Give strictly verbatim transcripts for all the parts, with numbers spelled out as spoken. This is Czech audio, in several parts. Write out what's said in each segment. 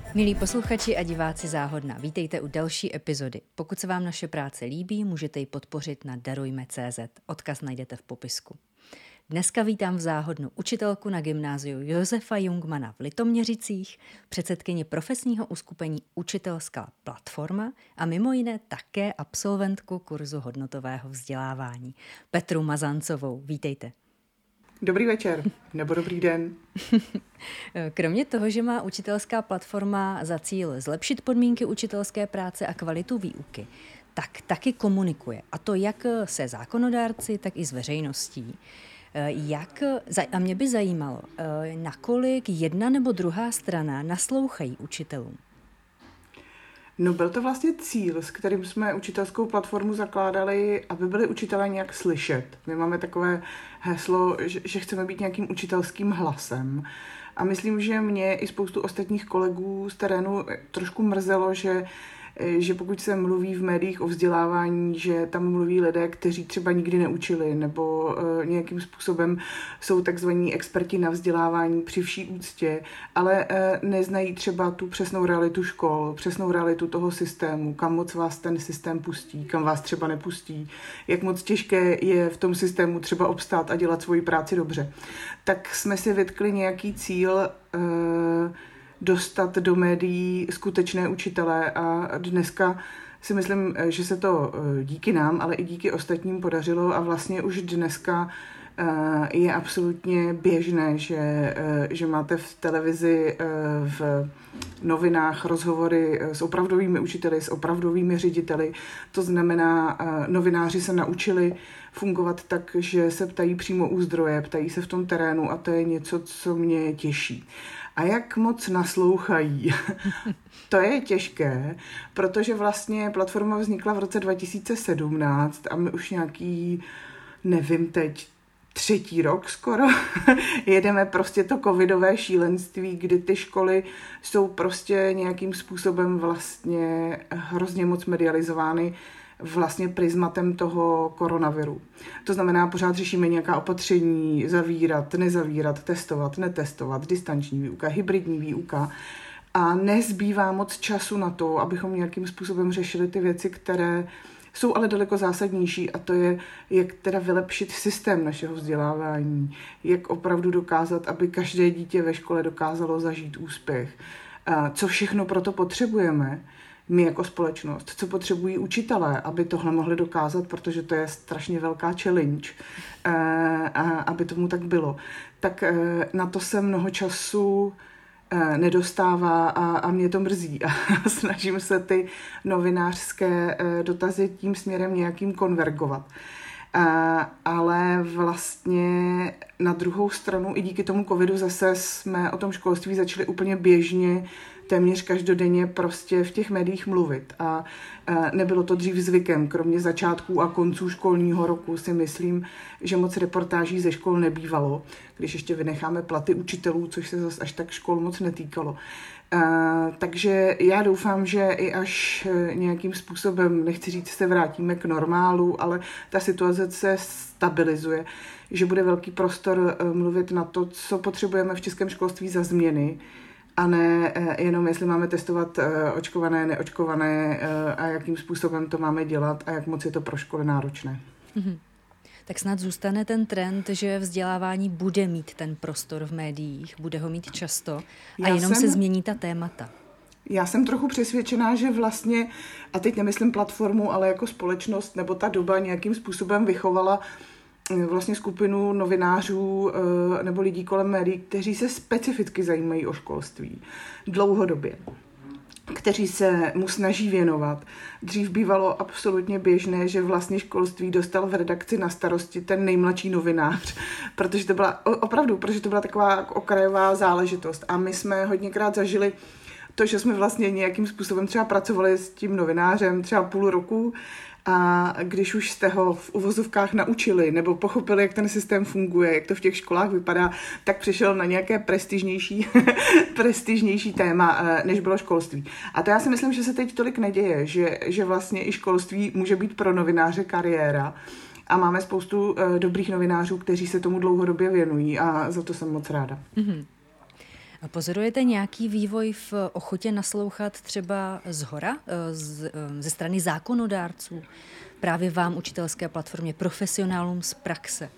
Milí posluchači a diváci Záhodna, vítejte u další epizody. Pokud se vám naše práce líbí, můžete ji podpořit na darujme tečka cé zet. Odkaz najdete v popisku. Dneska vítám v Záhodnu učitelku na gymnáziu Josefa Jungmanna v Litoměřicích, předsedkyni profesního uskupení Učitelská platforma a mimo jiné také absolventku kurzu hodnotového vzdělávání Petru Mazancovou. Vítejte. Dobrý večer, nebo dobrý den. Kromě toho, že má Učitelská platforma za cíl zlepšit podmínky učitelské práce a kvalitu výuky, tak taky komunikuje. A to jak se zákonodárci, tak i s veřejností. Jak, a mě by zajímalo, nakolik jedna nebo druhá strana naslouchají učitelům? No byl to vlastně cíl, s kterým jsme učitelskou platformu zakládali, aby byli učitelé nějak slyšet. My máme takové heslo, že, že chceme být nějakým učitelským hlasem. A myslím, že mě i spoustu ostatních kolegů z terénu trošku mrzelo, že že pokud se mluví v médiích o vzdělávání, že tam mluví lidé, kteří třeba nikdy neučili nebo uh, nějakým způsobem jsou takzvaní experti na vzdělávání při vší úctě, ale uh, neznají třeba tu přesnou realitu škol, přesnou realitu toho systému, kam moc vás ten systém pustí, kam vás třeba nepustí, jak moc těžké je v tom systému třeba obstát a dělat svoji práci dobře. Tak jsme si vytkli nějaký cíl uh, dostat do médií skutečné učitele a dneska si myslím, že se to díky nám, ale i díky ostatním podařilo a vlastně už dneska je absolutně běžné, že, že máte v televizi, v novinách rozhovory s opravdovými učiteli, s opravdovými řediteli. To znamená, novináři se naučili fungovat tak, že se ptají přímo u zdroje, ptají se v tom terénu a to je něco, co mě těší. A jak moc naslouchají? To je těžké, protože vlastně platforma vznikla v roce dva tisíce sedmnáct a my už nějaký, nevím teď, třetí rok skoro, jedeme prostě to covidové šílenství, kdy ty školy jsou prostě nějakým způsobem vlastně hrozně moc medializovány vlastně prismatem toho koronaviru. To znamená, pořád řešíme nějaká opatření, zavírat, nezavírat, testovat, netestovat, distanční výuka, hybridní výuka a nezbývá moc času na to, abychom nějakým způsobem řešili ty věci, které jsou ale daleko zásadnější a to je, jak teda vylepšit systém našeho vzdělávání, jak opravdu dokázat, aby každé dítě ve škole dokázalo zažít úspěch. Co všechno proto potřebujeme, my jako společnost, co potřebují učitelé, aby tohle mohli dokázat, protože to je strašně velká challenge, aby tomu tak bylo. Tak na to se mnoho času nedostává a, a mě to mrzí. A snažím se ty novinářské dotazy tím směrem nějakým konvergovat. A, ale vlastně na druhou stranu i díky tomu covidu zase jsme o tom školství začali úplně běžně téměř každodenně prostě v těch médiích mluvit. A, a nebylo to dřív zvykem, kromě začátků a konců školního roku si myslím, že moc reportáží ze škol nebývalo, když ještě vynecháme platy učitelů, což se zase až tak škol moc netýkalo. Uh, takže já doufám, že i až nějakým způsobem, nechci říct, se vrátíme k normálu, ale ta situace se stabilizuje, že bude velký prostor uh, mluvit na to, co potřebujeme v českém školství za změny, a ne uh, jenom jestli máme testovat uh, očkované, neočkované uh, a jakým způsobem to máme dělat a jak moc je to pro školy náročné. Mm-hmm. Tak snad zůstane ten trend, že vzdělávání bude mít ten prostor v médiích, bude ho mít často a Já jenom jsem, se změní ta témata. Já jsem trochu přesvědčená, že vlastně, a teď nemyslím platformu, ale jako společnost nebo ta doba nějakým způsobem vychovala vlastně skupinu novinářů nebo lidí kolem médií, kteří se specificky zajímají o školství dlouhodobě, kteří se mu snaží věnovat. Dřív bývalo absolutně běžné, že vlastně školství dostal v redakci na starosti ten nejmladší novinář, protože to byla opravdu, protože to byla taková okrajová záležitost. A my jsme hodněkrát zažili to, že jsme vlastně nějakým způsobem třeba pracovali s tím novinářem třeba půl roku a když už jste ho v uvozovkách naučili nebo pochopili, jak ten systém funguje, jak to v těch školách vypadá, tak přišel na nějaké prestižnější, prestižnější téma, než bylo školství. A to já si myslím, že se teď tolik neděje, že, že vlastně i školství může být pro novináře kariéra. A máme spoustu uh, dobrých novinářů, kteří se tomu dlouhodobě věnují a za to jsem moc ráda. Mm-hmm. A pozorujete nějaký vývoj v ochotě naslouchat třeba zhora, z, ze strany zákonodárců, právě vám, učitelské platformě, profesionálům z praxe?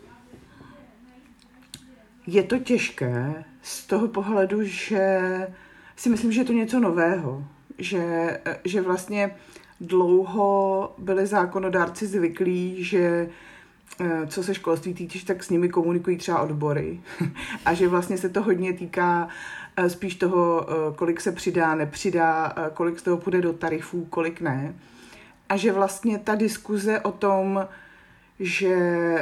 Je to těžké z toho pohledu, že si myslím, že je to něco nového, že, že vlastně dlouho byli zákonodárci zvyklí, že co se školství týče, tak s nimi komunikují třeba odbory a že vlastně se to hodně týká spíš toho, kolik se přidá, nepřidá, kolik z toho půjde do tarifů, kolik ne. A že vlastně ta diskuze o tom, že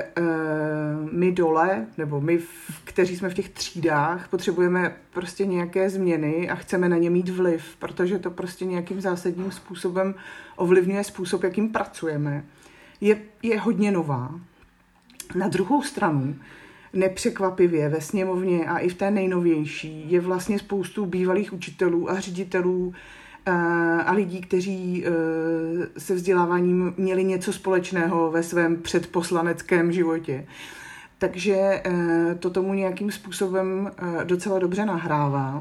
my dole, nebo my, kteří jsme v těch třídách, potřebujeme prostě nějaké změny a chceme na ně mít vliv, protože to prostě nějakým zásadním způsobem ovlivňuje způsob, jakým pracujeme, je, je hodně nová. Na druhou stranu, nepřekvapivě ve sněmovně a i v té nejnovější je vlastně spoustu bývalých učitelů a ředitelů a lidí, kteří se vzděláváním měli něco společného ve svém předposlaneckém životě. Takže to tomu nějakým způsobem docela dobře nahrává.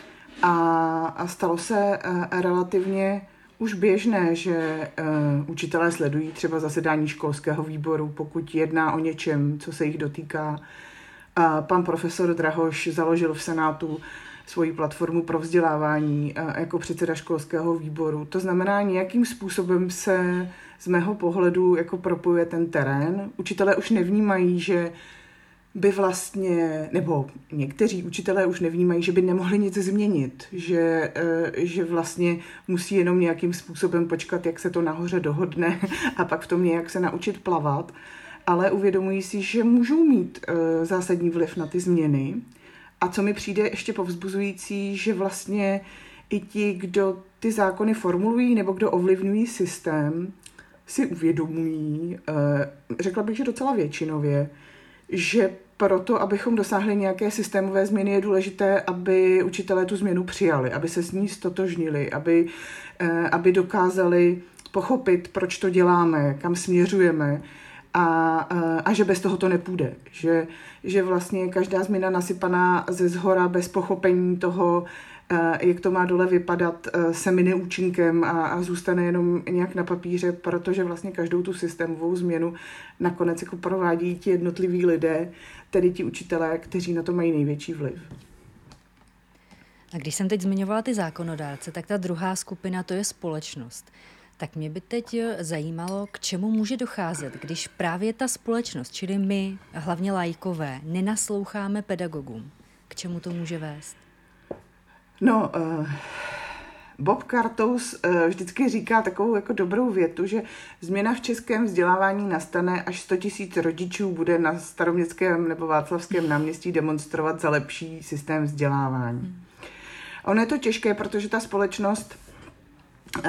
A stalo se relativně už běžné, že učitelé sledují třeba zasedání školského výboru, pokud jedná o něčem, co se jich dotýká. Pan profesor Drahoš založil v Senátu svoji platformu pro vzdělávání jako předseda školského výboru. To znamená, nějakým způsobem se z mého pohledu jako propojuje ten terén. Učitelé už nevnímají, že by vlastně, nebo někteří učitelé už nevnímají, že by nemohli nic změnit, že, že vlastně musí jenom nějakým způsobem počkat, jak se to nahoře dohodne a pak v tom nějak se naučit plavat, ale uvědomují si, že můžou mít zásadní vliv na ty změny. A co mi přijde ještě povzbuzující, že vlastně i ti, kdo ty zákony formulují nebo kdo ovlivňují systém, si uvědomují, řekla bych, že docela většinově, že proto, abychom dosáhli nějaké systémové změny, je důležité, aby učitelé tu změnu přijali, aby se s ní stotožnili, aby, aby dokázali pochopit, proč to děláme, kam směřujeme. A, a že bez toho to nepůjde. Že, že vlastně každá změna nasypaná ze zhora bez pochopení toho, jak to má dole vypadat, se mine účinkem a, a zůstane jenom nějak na papíře, protože vlastně každou tu systémovou změnu nakonec jako provádí ti jednotliví lidé, tedy ti učitelé, kteří na to mají největší vliv. A když jsem teď zmiňovala ty zákonodárce, tak ta druhá skupina, to je společnost. Tak mě by teď zajímalo, k čemu může docházet, když právě ta společnost, čili my, hlavně laikové, nenasloucháme pedagogům. K čemu to může vést? No, uh, Bob Kartous uh, vždycky říká takovou jako dobrou větu, že změna v českém vzdělávání nastane, až sto tisíc rodičů bude na Staroměstském nebo Václavském náměstí demonstrovat za lepší systém vzdělávání. Hmm. Ono je to těžké, protože ta společnost uh,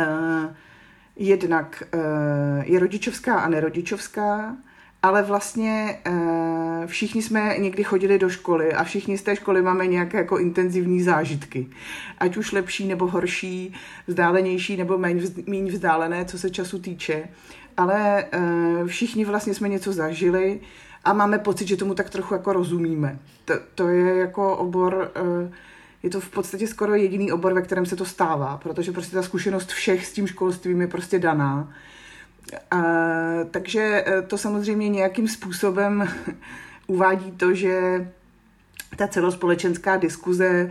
jednak je rodičovská a nerodičovská, ale vlastně všichni jsme někdy chodili do školy a všichni z té školy máme nějaké jako intenzivní zážitky. Ať už lepší nebo horší, vzdálenější nebo méně vzdálené, co se času týče. Ale všichni vlastně jsme něco zažili a máme pocit, že tomu tak trochu jako rozumíme. To, to je jako obor... Je to v podstatě skoro jediný obor, ve kterém se to stává, protože prostě ta zkušenost všech s tím školstvím je prostě daná. A, takže to samozřejmě nějakým způsobem uvádí to, že ta celospolečenská diskuze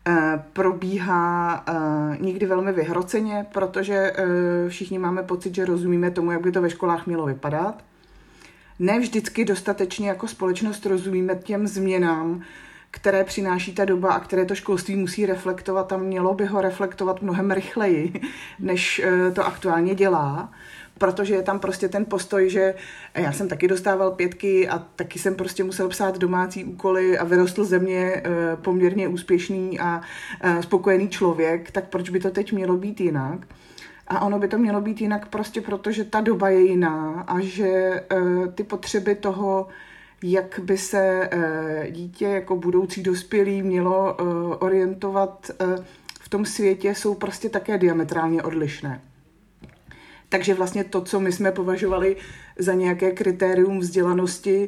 probíhá někdy velmi vyhroceně, protože všichni máme pocit, že rozumíme tomu, jak by to ve školách mělo vypadat. Ne vždycky dostatečně jako společnost rozumíme těm změnám, které přináší ta doba a které to školství musí reflektovat a mělo by ho reflektovat mnohem rychleji, než to aktuálně dělá, protože je tam prostě ten postoj, že já jsem taky dostával pětky a taky jsem prostě musel psát domácí úkoly a vyrostl ze mě poměrně úspěšný a spokojený člověk, tak proč by to teď mělo být jinak? A ono by to mělo být jinak prostě proto, že ta doba je jiná a že ty potřeby toho, jak by se dítě jako budoucí dospělý mělo orientovat v tom světě, jsou prostě také diametrálně odlišné. Takže vlastně to, co my jsme považovali za nějaké kritérium vzdělanosti,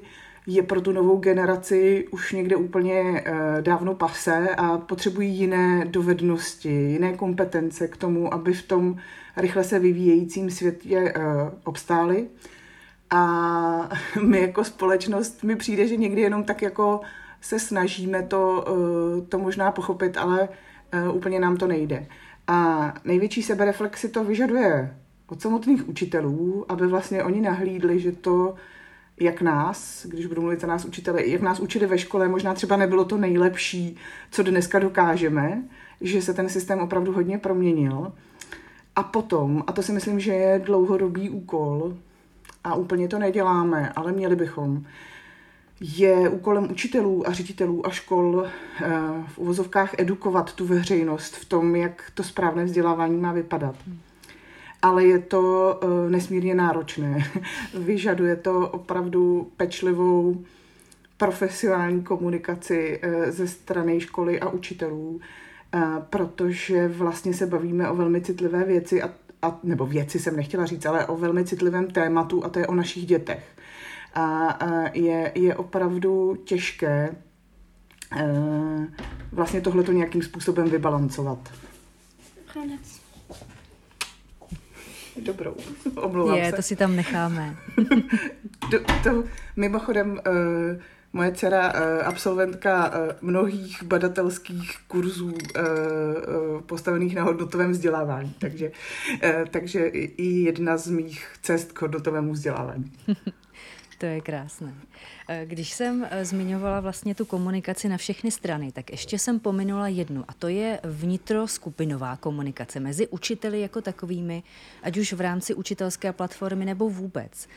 je pro tu novou generaci už někde úplně dávno pasé a potřebují jiné dovednosti, jiné kompetence k tomu, aby v tom rychle se vyvíjejícím světě obstáli. A my jako společnost mi přijde, že někdy jenom tak jako se snažíme to, to možná pochopit, ale úplně nám to nejde. A největší sebereflexi to vyžaduje od samotných učitelů, aby vlastně oni nahlídli, že to, jak nás, když budu mluvit za nás učitele, jak nás učili ve škole, možná třeba nebylo to nejlepší, co dneska dokážeme, že se ten systém opravdu hodně proměnil. A potom, a to si myslím, že je dlouhodobý úkol, a úplně to neděláme, ale měli bychom, je úkolem učitelů a ředitelů a škol v uvozovkách edukovat tu veřejnost v tom, jak to správné vzdělávání má vypadat. Ale je to nesmírně náročné. Vyžaduje to opravdu pečlivou profesionální komunikaci ze strany školy a učitelů, protože vlastně se bavíme o velmi citlivé věci, a, a, nebo věci jsem nechtěla říct, ale o velmi citlivém tématu, a to je o našich dětech. A, a je, je opravdu těžké vlastně tohleto nějakým způsobem vybalancovat. Konec. Dobrou, omlouvám je, se. To si tam necháme. to, to, mimochodem, uh, moje dcera, uh, absolventka uh, mnohých badatelských kurzů uh, uh, postavených na hodnotovém vzdělávání, takže, uh, takže i jedna z mých cest k hodnotovému vzdělávání. To je krásné. Když jsem zmiňovala vlastně tu komunikaci na všechny strany, tak ještě jsem pominula jednu, a to je vnitroskupinová komunikace mezi učiteli jako takovými, ať už v rámci učitelské platformy nebo vůbec.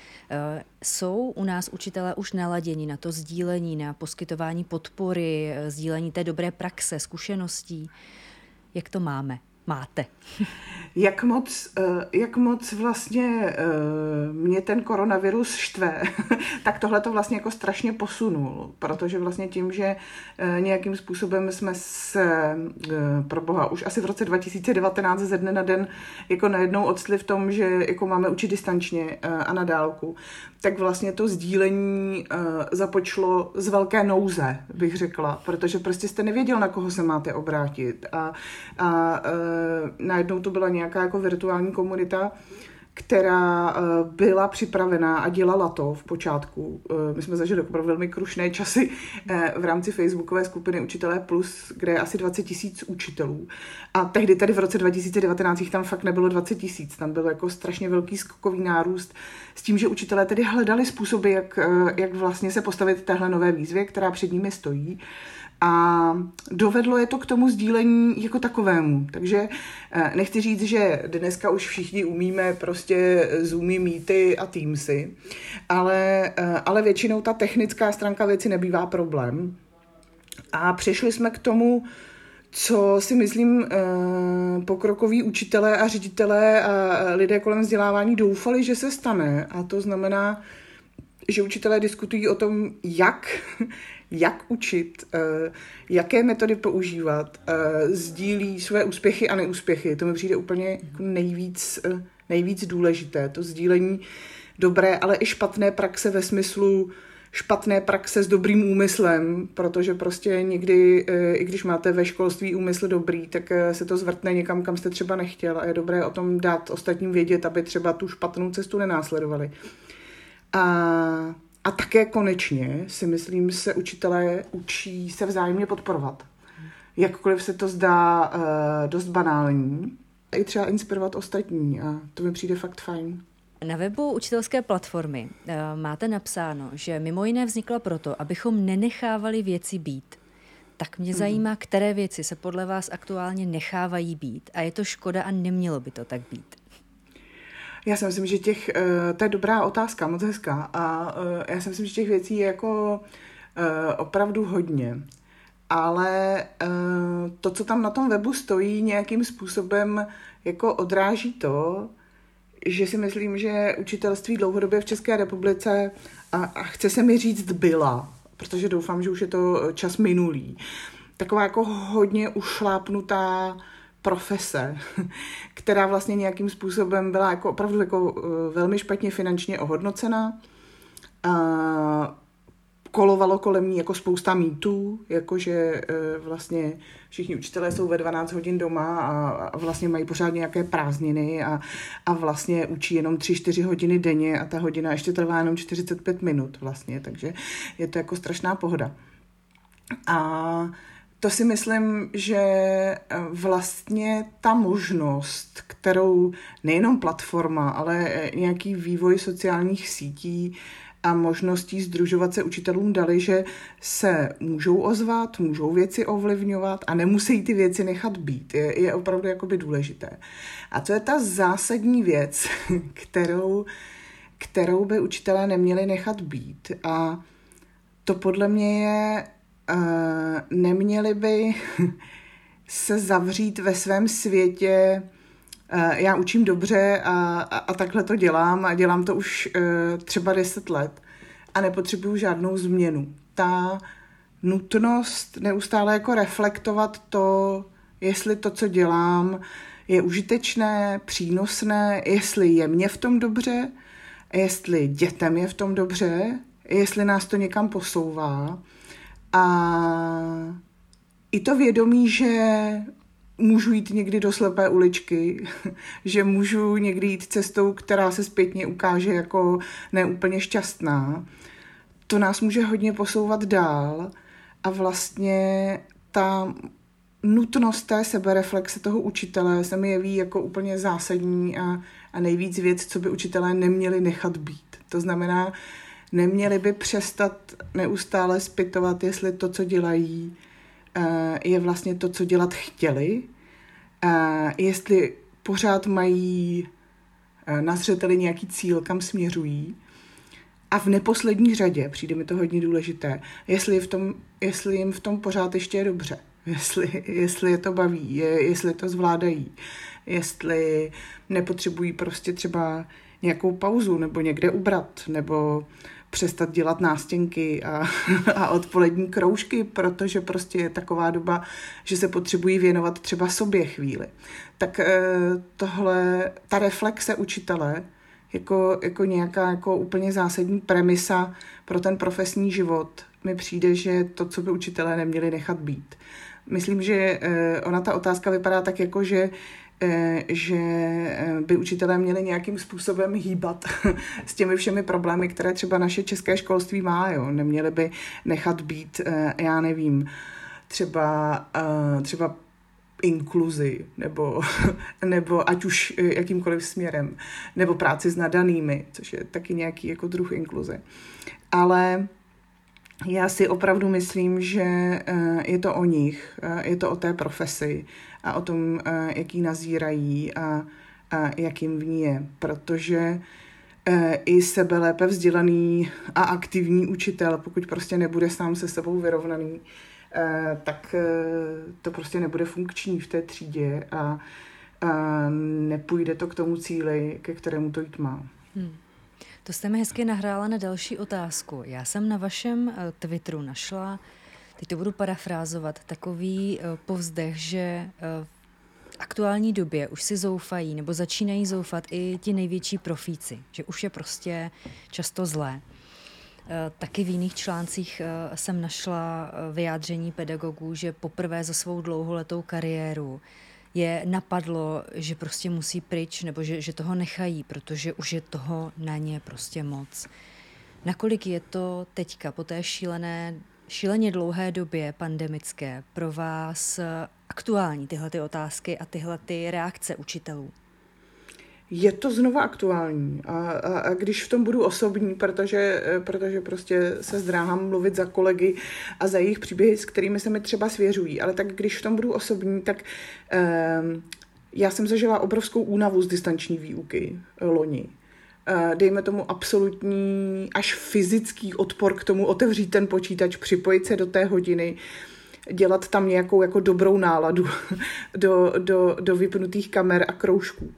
Jsou u nás učitelé už naladěni na to sdílení, na poskytování podpory, sdílení té dobré praxe, zkušeností? Jak to máme? Máte. Jak moc, jak moc vlastně mě ten koronavirus štve, tak tohle to vlastně jako strašně posunul, protože vlastně tím, že nějakým způsobem jsme se, pro boha, už asi v roce dva tisíce devatenáct ze dne na den jako najednou odstli v tom, že jako máme učit distančně a na dálku, tak vlastně to sdílení započlo z velké nouze, bych řekla, protože prostě jste nevěděl, na koho se máte obrátit a, a najednou to byla nějaká jako virtuální komunita, která byla připravená a dělala to v počátku. My jsme zažili opravdu velmi krušné časy v rámci facebookové skupiny Učitelé Plus, kde je asi dvacet tisíc učitelů. A tehdy tady v roce dva tisíce devatenáct tam fakt nebylo dvacet tisíc. Tam byl jako strašně velký skokový nárůst s tím, že učitelé tedy hledali způsoby, jak, jak vlastně se postavit téhle nové výzvě, která před nimi stojí. A dovedlo je to k tomu sdílení jako takovému. Takže nechci říct, že dneska už všichni umíme prostě Zoomy, Meety a Teamsy, ale, ale většinou ta technická stránka věci nebývá problém. A přešli jsme k tomu, co si myslím pokrokoví učitelé a ředitelé a lidé kolem vzdělávání doufali, že se stane. A to znamená, že učitelé diskutují o tom, jak, jak učit, jaké metody používat, sdílí své úspěchy a neúspěchy. To mi přijde úplně jako nejvíc, nejvíc důležité. To sdílení dobré, ale i špatné praxe ve smyslu špatné praxe s dobrým úmyslem, protože prostě někdy, i když máte ve školství úmysl dobrý, tak se to zvrtne někam, kam jste třeba nechtěl a je dobré o tom dát ostatním vědět, aby třeba tu špatnou cestu nenásledovali. A, a také konečně si myslím, se učitelé učí se vzájemně podporovat. Jakkoliv se to zdá uh, dost banální, i třeba inspirovat ostatní a to mi přijde fakt fajn. Na webu učitelské platformy uh, máte napsáno, že mimo jiné vznikla proto, abychom nenechávali věci být. Tak mě zajímá, které věci se podle vás aktuálně nechávají být a je to škoda a nemělo by to tak být. Já si myslím, že těch, to je dobrá otázka, moc hezká. A já si myslím, že těch věcí je jako opravdu hodně. Ale to, co tam na tom webu stojí, nějakým způsobem jako odráží to, že si myslím, že učitelství dlouhodobě v České republice, a, a chce se mi říct byla, protože doufám, že už je to čas minulý, taková jako hodně ušlápnutá profese, která vlastně nějakým způsobem byla jako opravdu jako velmi špatně finančně ohodnocena. A kolovalo kolem ní jako spousta mýtů, jakože vlastně všichni učitelé jsou ve dvanáct hodin doma a, a vlastně mají pořád nějaké prázdniny a, a vlastně učí jenom tři čtyři hodiny denně a ta hodina ještě trvá jenom čtyřicet pět minut vlastně, takže je to jako strašná pohoda. A to si myslím, že vlastně ta možnost, kterou nejenom platforma, ale nějaký vývoj sociálních sítí a možností sdružovat se učitelům dali, že se můžou ozvat, můžou věci ovlivňovat a nemusí ty věci nechat být. Je, je opravdu jakoby důležité. A to je ta zásadní věc, kterou, kterou by učitelé neměli nechat být. A to podle mě je, uh, neměli by se zavřít ve svém světě. Já učím dobře a, a, a takhle to dělám a dělám to už uh, třeba deset let a nepotřebuju žádnou změnu. Ta nutnost neustále jako reflektovat to, jestli to, co dělám, je užitečné, přínosné, jestli je mě v tom dobře, jestli dětem je v tom dobře, jestli nás to někam posouvá. A i to vědomí, že můžu jít někdy do slepé uličky, že můžu někdy jít cestou, která se zpětně ukáže jako neúplně šťastná. To nás může hodně posouvat dál a vlastně ta nutnost té sebereflexe toho učitele se mi jeví jako úplně zásadní a, a nejvíc věc, co by učitelé neměli nechat být. To znamená, neměli by přestat neustále zpytovat, jestli to, co dělají, je vlastně to, co dělat chtěli, jestli pořád mají na zřeteli nějaký cíl, kam směřují. A v neposlední řadě, přijde mi to hodně důležité, jestli, v tom, jestli jim v tom pořád ještě je dobře, jestli, jestli je to baví, je, jestli to zvládají, jestli nepotřebují prostě třeba nějakou pauzu nebo někde ubrat, nebo přestat dělat nástěnky a, a odpolední kroužky, protože prostě je taková doba, že se potřebují věnovat třeba sobě chvíli. Tak tohle, ta reflexe učitele jako, jako nějaká jako úplně zásadní premisa pro ten profesní život mi přijde, že to, co by učitelé neměli nechat být. Myslím, že ona ta otázka vypadá tak jako, že že by učitelé měli nějakým způsobem hýbat s těmi všemi problémy, které třeba naše české školství má. Jo. Neměli by nechat být, já nevím, třeba, třeba inkluzi, nebo, nebo ať už jakýmkoliv směrem, nebo práci s nadanými, což je taky nějaký jako druh inkluze. Ale já si opravdu myslím, že je to o nich, je to o té profesi a o tom, jak ji nazírají a, a jak jim v ní je. Protože i sebelépe vzdělaný a aktivní učitel, pokud prostě nebude sám se sebou vyrovnaný, tak to prostě nebude funkční v té třídě a, a nepůjde to k tomu cíli, ke kterému to jít má. Hmm. To jste mi hezky nahrála na další otázku. Já jsem na vašem Twitteru našla, teď to budu parafrázovat, takový povzdech, že v aktuální době už si zoufají nebo začínají zoufat i ti největší profíci, že už je prostě často zlé. Taky v jiných článcích jsem našla vyjádření pedagogů, že poprvé za svou dlouholetou kariéru je napadlo, že prostě musí pryč nebo že, že toho nechají, protože už je toho na ně prostě moc. Nakolik je to teďka po té šílené, šíleně dlouhé době pandemické pro vás aktuální tyhle ty otázky a tyhle ty reakce učitelů? Je to znova aktuální a, a, a když v tom budu osobní, protože, protože prostě se zdráhám mluvit za kolegy a za jejich příběhy, s kterými se mi třeba svěřují, ale tak když v tom budu osobní, tak eh, já jsem zažila obrovskou únavu z distanční výuky loni. Eh, dejme tomu absolutní až fyzický odpor k tomu otevřít ten počítač, připojit se do té hodiny, dělat tam nějakou jako dobrou náladu do, do, do vypnutých kamer a kroužků.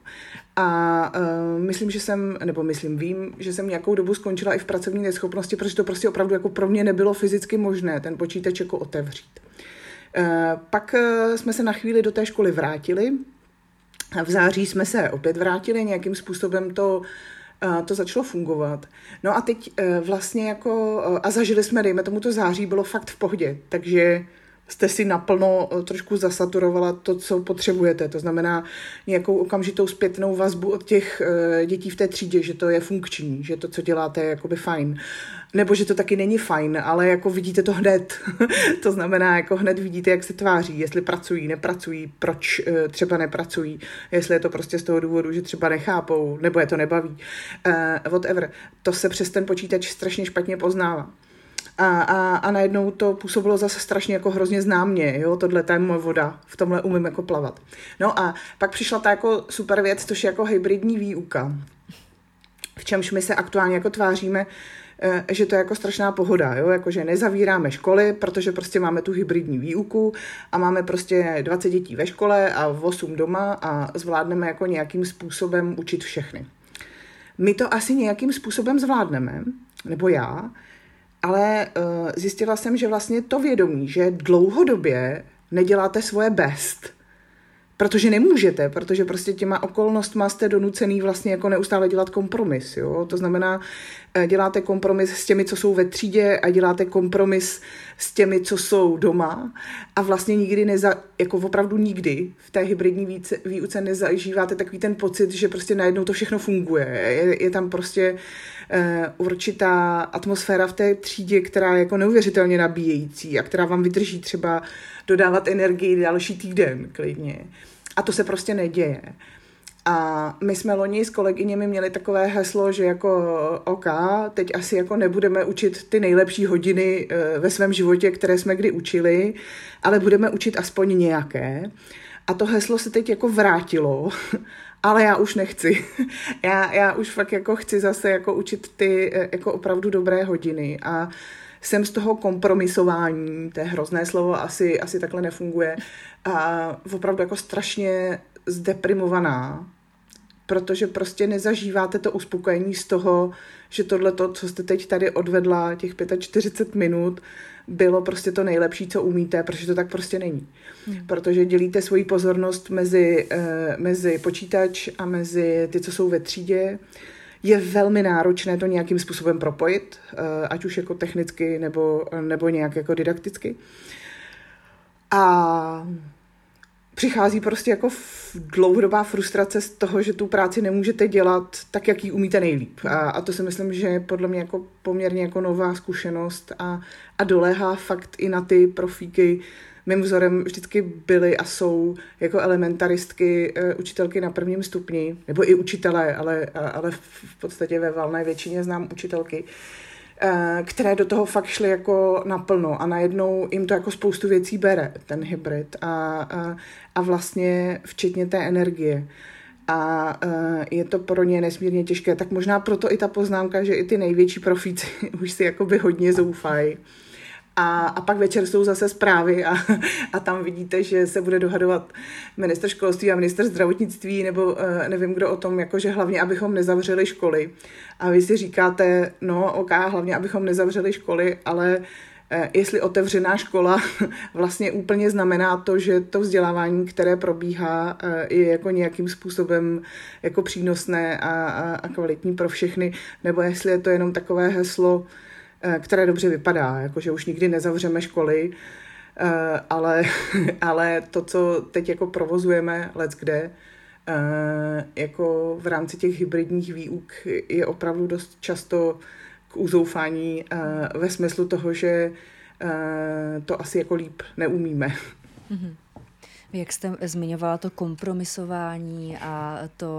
A uh, myslím, že jsem, nebo myslím, vím, že jsem nějakou dobu skončila i v pracovní neschopnosti, protože to prostě opravdu jako pro mě nebylo fyzicky možné ten počítač jako otevřít. Uh, pak uh, jsme se na chvíli do té školy vrátili. V září jsme se opět vrátili, nějakým způsobem to to začalo fungovat. No a teď vlastně jako, a zažili jsme, dejme tomu to září, bylo fakt v pohodě, takže jste si naplno trošku zasaturovala to, co potřebujete. To znamená nějakou okamžitou zpětnou vazbu od těch dětí v té třídě, že to je funkční, že to, co děláte, je jakoby fajn. Nebo že to taky není fajn, ale jako vidíte to hned. To znamená, jako hned vidíte, jak se tváří, jestli pracují, nepracují, proč třeba nepracují, jestli je to prostě z toho důvodu, že třeba nechápou, nebo je to nebaví. Uh, whatever. To se přes ten počítač strašně špatně poznává. A, a, a najednou to působilo zase strašně jako hrozně známě, jo, tohle je moje voda, v tomhle umím jako plavat. No a pak přišla ta jako super věc, což je jako hybridní výuka, v čemž my se aktuálně jako tváříme, že to je jako strašná pohoda, jo, jakože nezavíráme školy, protože prostě máme tu hybridní výuku a máme prostě dvacet dětí ve škole a osm doma a zvládneme jako nějakým způsobem učit všechny. My to asi nějakým způsobem zvládneme, nebo já, ale uh, zjistila jsem, že vlastně to vědomí, že dlouhodobě neděláte svoje best, protože nemůžete, protože prostě těma okolnostma jste donucený vlastně jako neustále dělat kompromis, jo? To znamená, děláte kompromis s těmi, co jsou ve třídě a děláte kompromis s těmi, co jsou doma a vlastně nikdy, neza, jako opravdu nikdy v té hybridní výuce, výuce nezažíváte takový ten pocit, že prostě najednou to všechno funguje. Je, je tam prostě uh, určitá atmosféra v té třídě, která je jako neuvěřitelně nabíjející a která vám vydrží třeba dodávat energii další týden klidně. A to se prostě neděje. A my jsme loni s kolegyněmi měli takové heslo, že jako OK, teď asi jako nebudeme učit ty nejlepší hodiny ve svém životě, které jsme kdy učili, ale budeme učit aspoň nějaké. A to heslo se teď jako vrátilo, ale já už nechci. Já, já už fakt jako chci zase jako učit ty jako opravdu dobré hodiny a jsem z toho kompromisování, to je hrozné slovo, asi, asi takhle nefunguje, a opravdu jako strašně zdeprimovaná, protože prostě nezažíváte to uspokojení z toho, že tohleto, co jste teď tady odvedla, těch čtyřicet pět minut, bylo prostě to nejlepší, co umíte, protože to tak prostě není. Hmm. Protože dělíte svoji pozornost mezi, eh, mezi počítač a mezi ty, co jsou ve třídě. Je velmi náročné to nějakým způsobem propojit, ať už jako technicky nebo, nebo nějak jako didakticky. A přichází prostě jako dlouhodobá frustrace z toho, že tu práci nemůžete dělat tak, jak ji umíte nejlíp. A, a to si myslím, že je podle mě jako poměrně jako nová zkušenost a, a doléhá fakt i na ty profíky. Mým vzorem vždycky byly a jsou jako elementaristky, učitelky na prvním stupni, nebo i učitelé, ale, ale v podstatě ve valné většině znám učitelky, které do toho fakt šly jako naplno a najednou jim to jako spoustu věcí bere, ten hybrid a, a, a vlastně včetně té energie. A je to pro ně nesmírně těžké, tak možná proto i ta poznámka, že i ty největší profíci už si jakoby hodně zoufají. A, a pak večer jsou zase zprávy a, a tam vidíte, že se bude dohadovat ministr školství a ministr zdravotnictví nebo uh, nevím kdo o tom, jakože hlavně, abychom nezavřeli školy. A vy si říkáte, no ok, hlavně, abychom nezavřeli školy, ale uh, jestli otevřená škola vlastně úplně znamená to, že to vzdělávání, které probíhá, uh, je jako nějakým způsobem jako přínosné a, a, a kvalitní pro všechny, nebo jestli je to jenom takové heslo, které dobře vypadá, jakože už nikdy nezavřeme školy, ale, ale to, co teď jako provozujeme leckde, jako v rámci těch hybridních výuk je opravdu dost často k uzoufání ve smyslu toho, že to asi jako líp neumíme. Mm-hmm. Jak jste zmiňovala to kompromisování a to,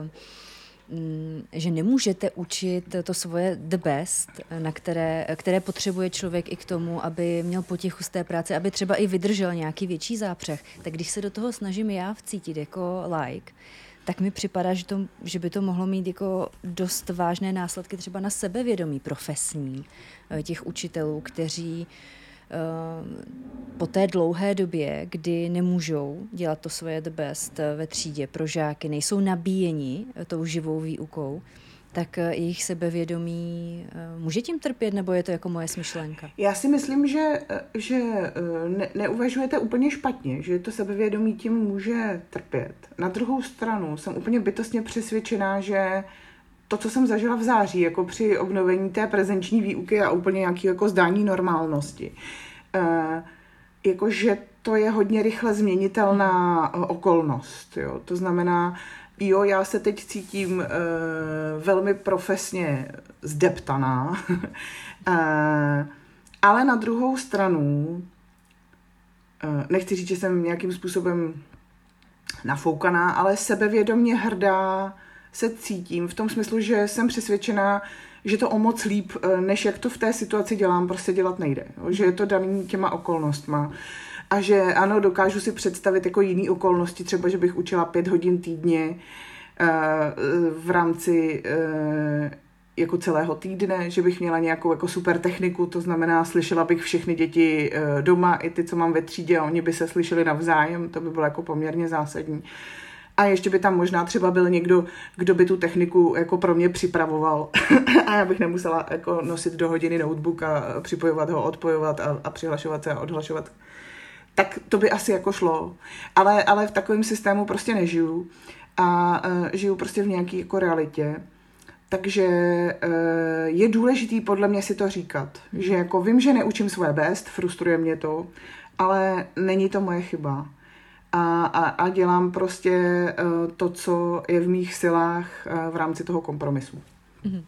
že nemůžete učit to svoje the best, na které, které potřebuje člověk i k tomu, aby měl potichu z té práce, aby třeba i vydržel nějaký větší zápřeh. Tak když se do toho snažím já vcítit jako like, tak mi připadá, že, to, že by to mohlo mít jako dost vážné následky třeba na sebevědomí profesní těch učitelů, kteří po té dlouhé době, kdy nemůžou dělat to svoje the best ve třídě pro žáky, nejsou nabíjeni tou živou výukou, tak jejich sebevědomí může tím trpět, nebo je to jako moje smyšlenka? Já si myslím, že, že ne, neuvažujete úplně špatně, že to sebevědomí tím může trpět. Na druhou stranu jsem úplně bytostně přesvědčená, že to, co jsem zažila v září, jako při obnovení té prezenční výuky a úplně nějaký jako zdání normálnosti, uh, jakože to je hodně rychle změnitelná okolnost. Jo? To znamená, jo, já se teď cítím uh, velmi profesně zdeptaná, uh, ale na druhou stranu, uh, nechci říct, že jsem nějakým způsobem nafoukaná, ale sebevědomě hrdá se cítím v tom smyslu, že jsem přesvědčená, že to o moc líp, než jak to v té situaci dělám, prostě dělat nejde. Jo? Že je to daný těma okolnostma. A že ano, dokážu si představit jako jiný okolnosti, třeba, že bych učila pět hodin týdně uh, v rámci uh, jako celého týdne, že bych měla nějakou jako super techniku, to znamená, slyšela bych všechny děti uh, doma, i ty, co mám ve třídě, a oni by se slyšeli navzájem, to by bylo jako poměrně zásadní. A ještě by tam možná třeba byl někdo, kdo by tu techniku jako pro mě připravoval a já bych nemusela jako nosit do hodiny notebook a připojovat ho, odpojovat a, a přihlašovat se a odhlašovat. Tak to by asi jako šlo. Ale, ale v takovém systému prostě nežiju a uh, žiju prostě v nějaké jako realitě. Takže uh, je důležitý podle mě si to říkat. Že jako vím, že neučím svoje best, frustruje mě to, ale není to moje chyba. A, a, a dělám prostě uh, to, co je v mých silách uh, v rámci toho kompromisu. Mm-hmm.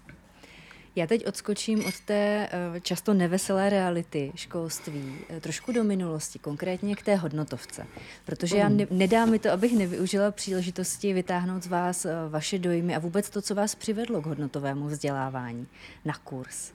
Já teď odskočím od té uh, často neveselé reality školství uh, trošku do minulosti, konkrétně k té hodnotovce. Protože já ne, nedá mi to, abych nevyužila příležitosti vytáhnout z vás uh, vaše dojmy a vůbec to, co vás přivedlo k hodnotovému vzdělávání na kurz.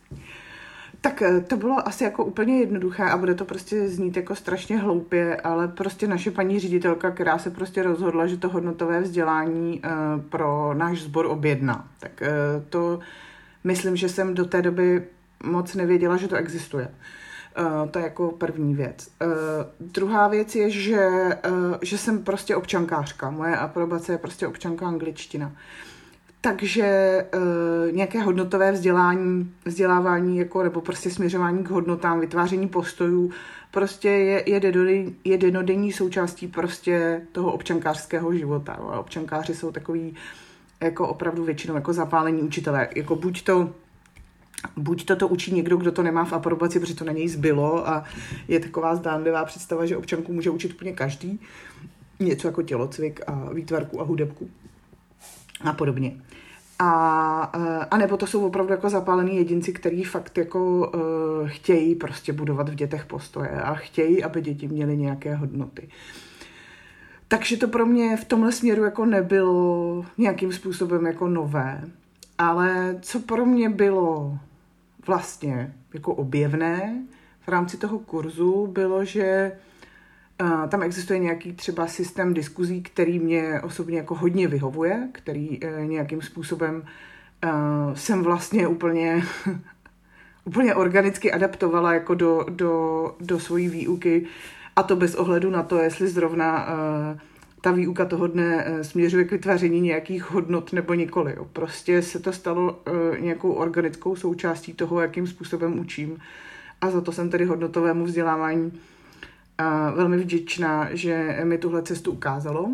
Tak to bylo asi jako úplně jednoduché a bude to prostě znít jako strašně hloupě, ale prostě naše paní ředitelka, která se prostě rozhodla, že to hodnotové vzdělání uh, pro náš sbor objedná. Tak uh, to myslím, že jsem do té doby moc nevěděla, že to existuje. Uh, to je jako první věc. Uh, druhá věc je, že, uh, že jsem prostě občankářka. Moje aprobace je prostě občanka angličtina. Takže uh, nějaké hodnotové vzdělání, vzdělávání jako, nebo prostě směřování k hodnotám, vytváření postojů, prostě je, je, denodenní, je denodenní součástí prostě toho občankářského života. Jo. A občankáři jsou takový jako opravdu většinou jako zapálení učitelé. Jako buď to, buď to to učí někdo, kdo to nemá v aprobaci, protože to na něj zbylo a je taková zdánlivá představa, že občanku může učit úplně každý. Něco jako tělocvik a výtvarku a hudebku a podobně. A, a nebo to jsou opravdu jako zapálení jedinci, kteří fakt jako uh, chtějí prostě budovat v dětech postoje a chtějí, aby děti měly nějaké hodnoty. Takže to pro mě v tomhle směru jako nebylo nějakým způsobem jako nové. Ale co pro mě bylo vlastně jako objevné v rámci toho kurzu, bylo, že Uh, tam existuje nějaký třeba systém diskuzí, který mě osobně jako hodně vyhovuje, který uh, nějakým způsobem uh, jsem vlastně úplně, úplně organicky adaptovala jako do, do, do svojí výuky a to bez ohledu na to, jestli zrovna uh, ta výuka toho dne uh, směřuje k vytváření nějakých hodnot nebo nikoli. Jo. Prostě se to stalo uh, nějakou organickou součástí toho, jakým způsobem učím a za to jsem tedy hodnotovému vzdělávání a velmi vděčná, že mi tuhle cestu ukázalo.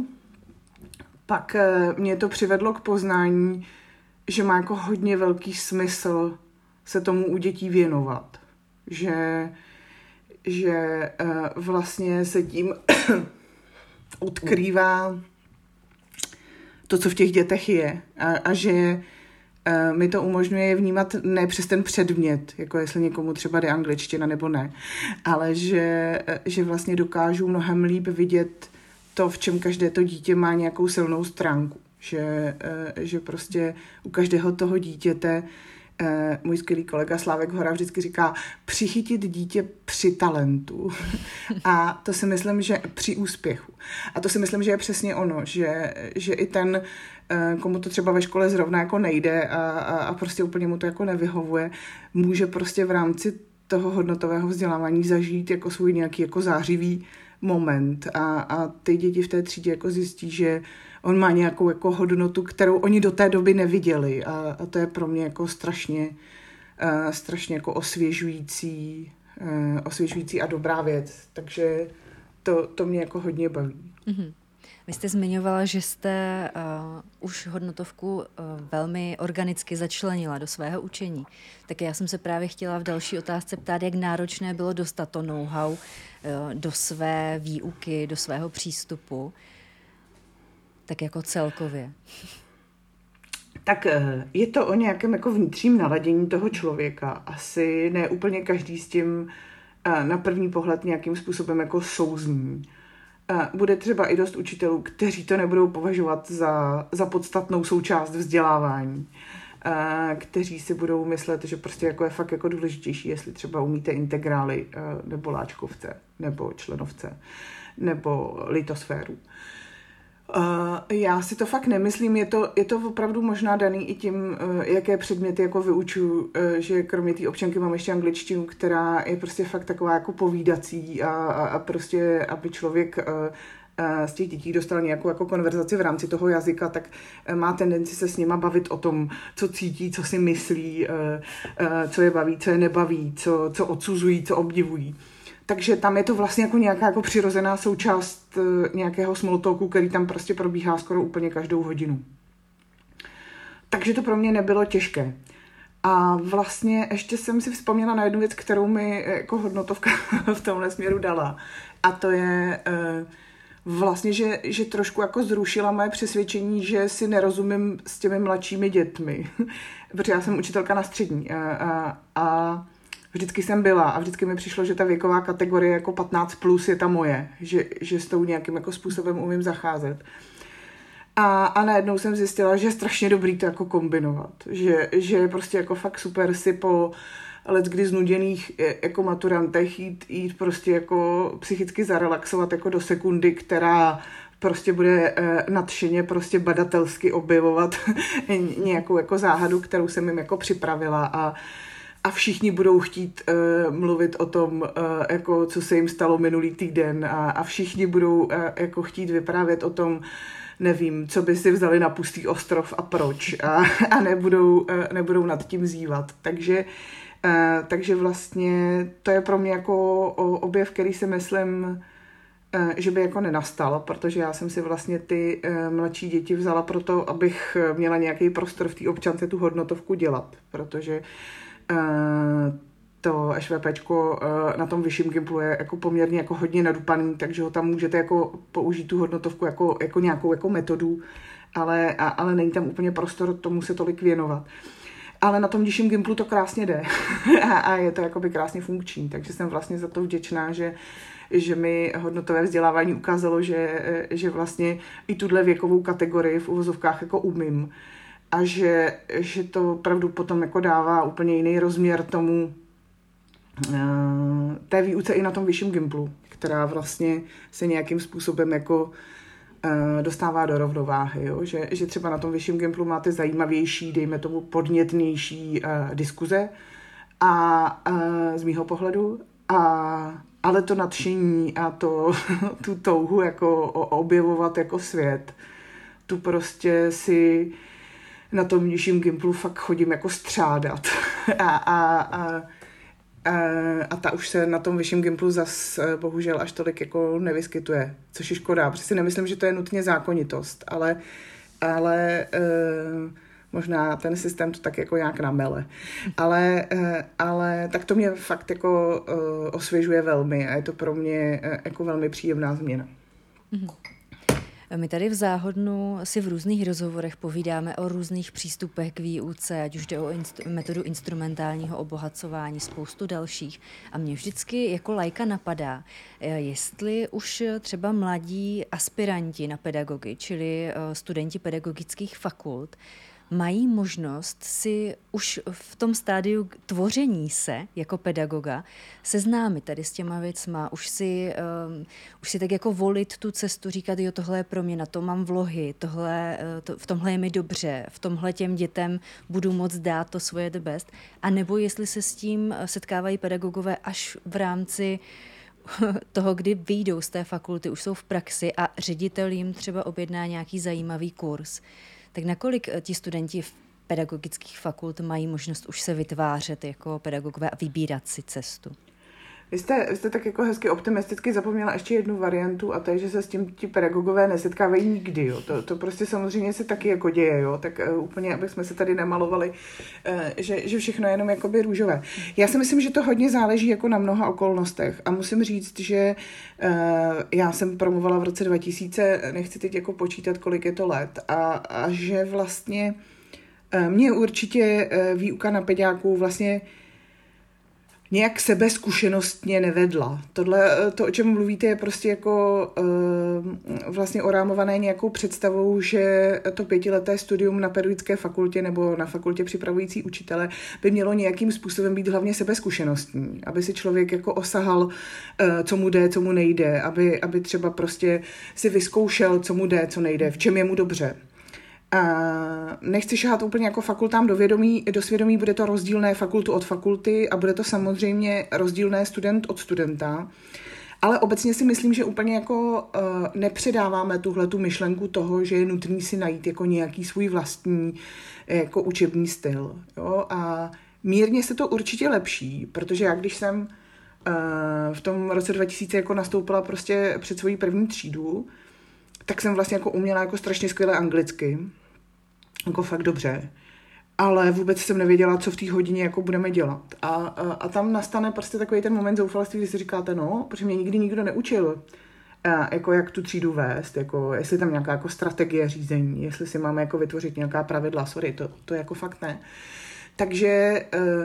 Pak mě to přivedlo k poznání, že má jako hodně velký smysl se tomu u dětí věnovat. Že, že vlastně se tím odkrývá to, co v těch dětech je. A, a že mi to umožňuje je vnímat ne přes ten předmět, jako jestli někomu třeba jde angličtina nebo ne, ale že, že vlastně dokážu mnohem líp vidět to, v čem každé to dítě má nějakou silnou stránku. Že, že prostě u každého toho dítěte můj skvělý kolega Slávek Hora vždycky říká přichytit dítě při talentu. A to si myslím, že při úspěchu. A to si myslím, že je přesně ono, že, že i ten, komu to třeba ve škole zrovna jako nejde a, a, a prostě úplně mu to jako nevyhovuje, může prostě v rámci toho hodnotového vzdělávání zažít jako svůj nějaký jako zářivý moment a, a ty děti v té třídě jako zjistí, že on má nějakou jako hodnotu, kterou oni do té doby neviděli a, a to je pro mě jako strašně, uh, strašně jako osvěžující, uh, osvěžující a dobrá věc, takže to, to mě jako hodně baví. Mm-hmm. Vy jste zmiňovala, že jste uh, už hodnotovku uh, velmi organicky začlenila do svého učení. Tak já jsem se právě chtěla v další otázce ptát, jak náročné bylo dostat to know-how uh, do své výuky, do svého přístupu, tak jako celkově. Tak je to o nějakém jako vnitřním naladění toho člověka. Asi ne úplně každý s tím na první pohled nějakým způsobem jako souzní. Bude třeba i dost učitelů, kteří to nebudou považovat za, za podstatnou součást vzdělávání. Kteří si budou myslet, že prostě jako je fakt jako důležitější, jestli třeba umíte integrály nebo láčkovce, nebo členovce, nebo litosféru. Uh, já si to fakt nemyslím, je to, je to opravdu možná daný i tím, uh, jaké předměty jako vyučuju, uh, že kromě té občanky mám ještě angličtinu, která je prostě fakt taková jako povídací a, a, a prostě, aby člověk uh, uh, z těch dětí dostal nějakou jako konverzaci v rámci toho jazyka, tak uh, má tendenci se s nima bavit o tom, co cítí, co si myslí, uh, uh, co je baví, co je nebaví, co, co odsuzují, co obdivují. Takže tam je to vlastně jako nějaká jako přirozená součást nějakého small talku, který tam prostě probíhá skoro úplně každou hodinu. Takže to pro mě nebylo těžké. A vlastně ještě jsem si vzpomněla na jednu věc, kterou mi jako hodnotovka v tomhle směru dala. A to je vlastně, že, že trošku jako zrušila moje přesvědčení, že si nerozumím s těmi mladšími dětmi. Protože já jsem učitelka na střední. A, a, a vždycky jsem byla a vždycky mi přišlo, že ta věková kategorie jako patnáct plus je ta moje, že, že s tou nějakým jako způsobem umím zacházet. A, a najednou jsem zjistila, že je strašně dobrý to jako kombinovat, že, že je prostě jako fakt super si po leckdy znuděných jako maturantech jít, jít prostě jako psychicky zarelaxovat jako do sekundy, která prostě bude eh, nadšeně prostě badatelsky objevovat nějakou jako záhadu, kterou jsem jim jako připravila a A všichni budou chtít uh, mluvit o tom, uh, jako, co se jim stalo minulý týden a, a všichni budou uh, jako chtít vyprávět o tom, nevím, co by si vzali na pustý ostrov a proč a, a nebudou, uh, nebudou nad tím zívat. Takže, uh, takže vlastně to je pro mě jako objev, který si myslím, uh, že by jako nenastal, protože já jsem si vlastně ty uh, mladší děti vzala proto, abych měla nějaký prostor v té občance tu hodnotovku dělat, protože to ŠVPčko na tom vyšším Gimplu je jako poměrně jako hodně nadupaný, takže ho tam můžete jako použít tu hodnotovku jako, jako nějakou jako metodu, ale, a, ale není tam úplně prostor tomu se tolik věnovat. Ale na tom nižším Gimplu to krásně jde a, a je to jakoby krásně funkční, takže jsem vlastně za to vděčná, že, že mi hodnotové vzdělávání ukázalo, že, že vlastně i tuhle věkovou kategorii v uvozovkách jako umím. A že, že to opravdu potom jako dává úplně jiný rozměr tomu uh, té výuce i na tom vyšším Gimplu, která vlastně se nějakým způsobem jako uh, dostává do rovnováhy. Jo? Že, že třeba na tom vyšším Gimplu máte zajímavější, dejme tomu podnětnější uh, diskuze a uh, z mýho pohledu, a, ale to nadšení a to, tu touhu jako objevovat jako svět, tu prostě si na tom nižším Gimplu fakt chodím jako střádat. A, a, a, a, a ta už se na tom vyšším Gimplu zas bohužel až tolik jako nevyskytuje, což je škoda, protože si nemyslím, že to je nutně zákonitost, ale, ale e, možná ten systém to tak jako nějak namele. Ale, e, ale tak to mě fakt jako e, osvěžuje velmi a je to pro mě e, jako velmi příjemná změna. Mm-hmm. My tady v Záhodnu si v různých rozhovorech povídáme o různých přístupech k výuce, ať už jde o inst- metodu instrumentálního obohacování, spoustu dalších. A mě vždycky jako laika napadá, jestli už třeba mladí aspiranti na pedagogy, čili studenti pedagogických fakult, mají možnost si už v tom stádiu tvoření se jako pedagoga seznámit tady s těma věcma, už si, um, už si tak jako volit tu cestu, říkat, jo, tohle je pro mě, na to mám vlohy, tohle, to, v tomhle je mi dobře, v tomhle těm dětem budu moc dát to svoje the best, a nebo jestli se s tím setkávají pedagogové až v rámci toho, kdy vyjdou z té fakulty, už jsou v praxi a ředitel jim třeba objedná nějaký zajímavý kurz. Tak nakolik ti studenti v pedagogických fakult mají možnost už se vytvářet jako pedagogové a vybírat si cestu? Vy jste, vy jste tak jako hezky optimisticky zapomněla ještě jednu variantu a to je, že se s tím ti pedagogové nesetkávají nikdy, jo. To, to prostě samozřejmě se taky jako děje, jo. Tak uh, úplně, aby jsme se tady nemalovali, uh, že, že všechno je jenom jakoby růžové. Já si myslím, že to hodně záleží jako na mnoha okolnostech a musím říct, že uh, já jsem promovala v roce dva tisíce, nechci teď jako počítat, kolik je to let a, a že vlastně uh, mě určitě uh, výuka na pediáku vlastně nějak sebezkušenostně nevedla. Tohle, to, o čem mluvíte, je prostě jako uh, vlastně orámované nějakou představou, že to pětileté studium na pedagogické fakultě nebo na fakultě připravující učitele by mělo nějakým způsobem být hlavně sebezkušenostní, aby si člověk jako osahal, uh, co mu jde, co mu nejde, aby, aby třeba prostě si vyzkoušel, co mu jde, co nejde, v čem je mu dobře. Uh, nechci šahat úplně jako fakultám do vědomí, do svědomí, bude to rozdílné fakultu od fakulty a bude to samozřejmě rozdílné student od studenta, ale obecně si myslím, že úplně jako uh, nepředáváme tuhletu myšlenku toho, že je nutný si najít jako nějaký svůj vlastní jako učební styl. Jo? A mírně se to určitě lepší, protože já když jsem uh, v tom roce dva tisíce jako nastoupila prostě před svojí první třídu, tak jsem vlastně jako uměla jako strašně skvěle anglicky, jako fakt dobře, ale vůbec jsem nevěděla, co v té hodině jako budeme dělat. A, a, a tam nastane prostě takový ten moment zoufalství, kdy si říkáte, no, protože mě nikdy nikdo neučil, a, jako jak tu třídu vést, jako jestli tam nějaká jako strategie řízení, jestli si máme jako vytvořit nějaká pravidla, sorry, to, to jako fakt ne. Takže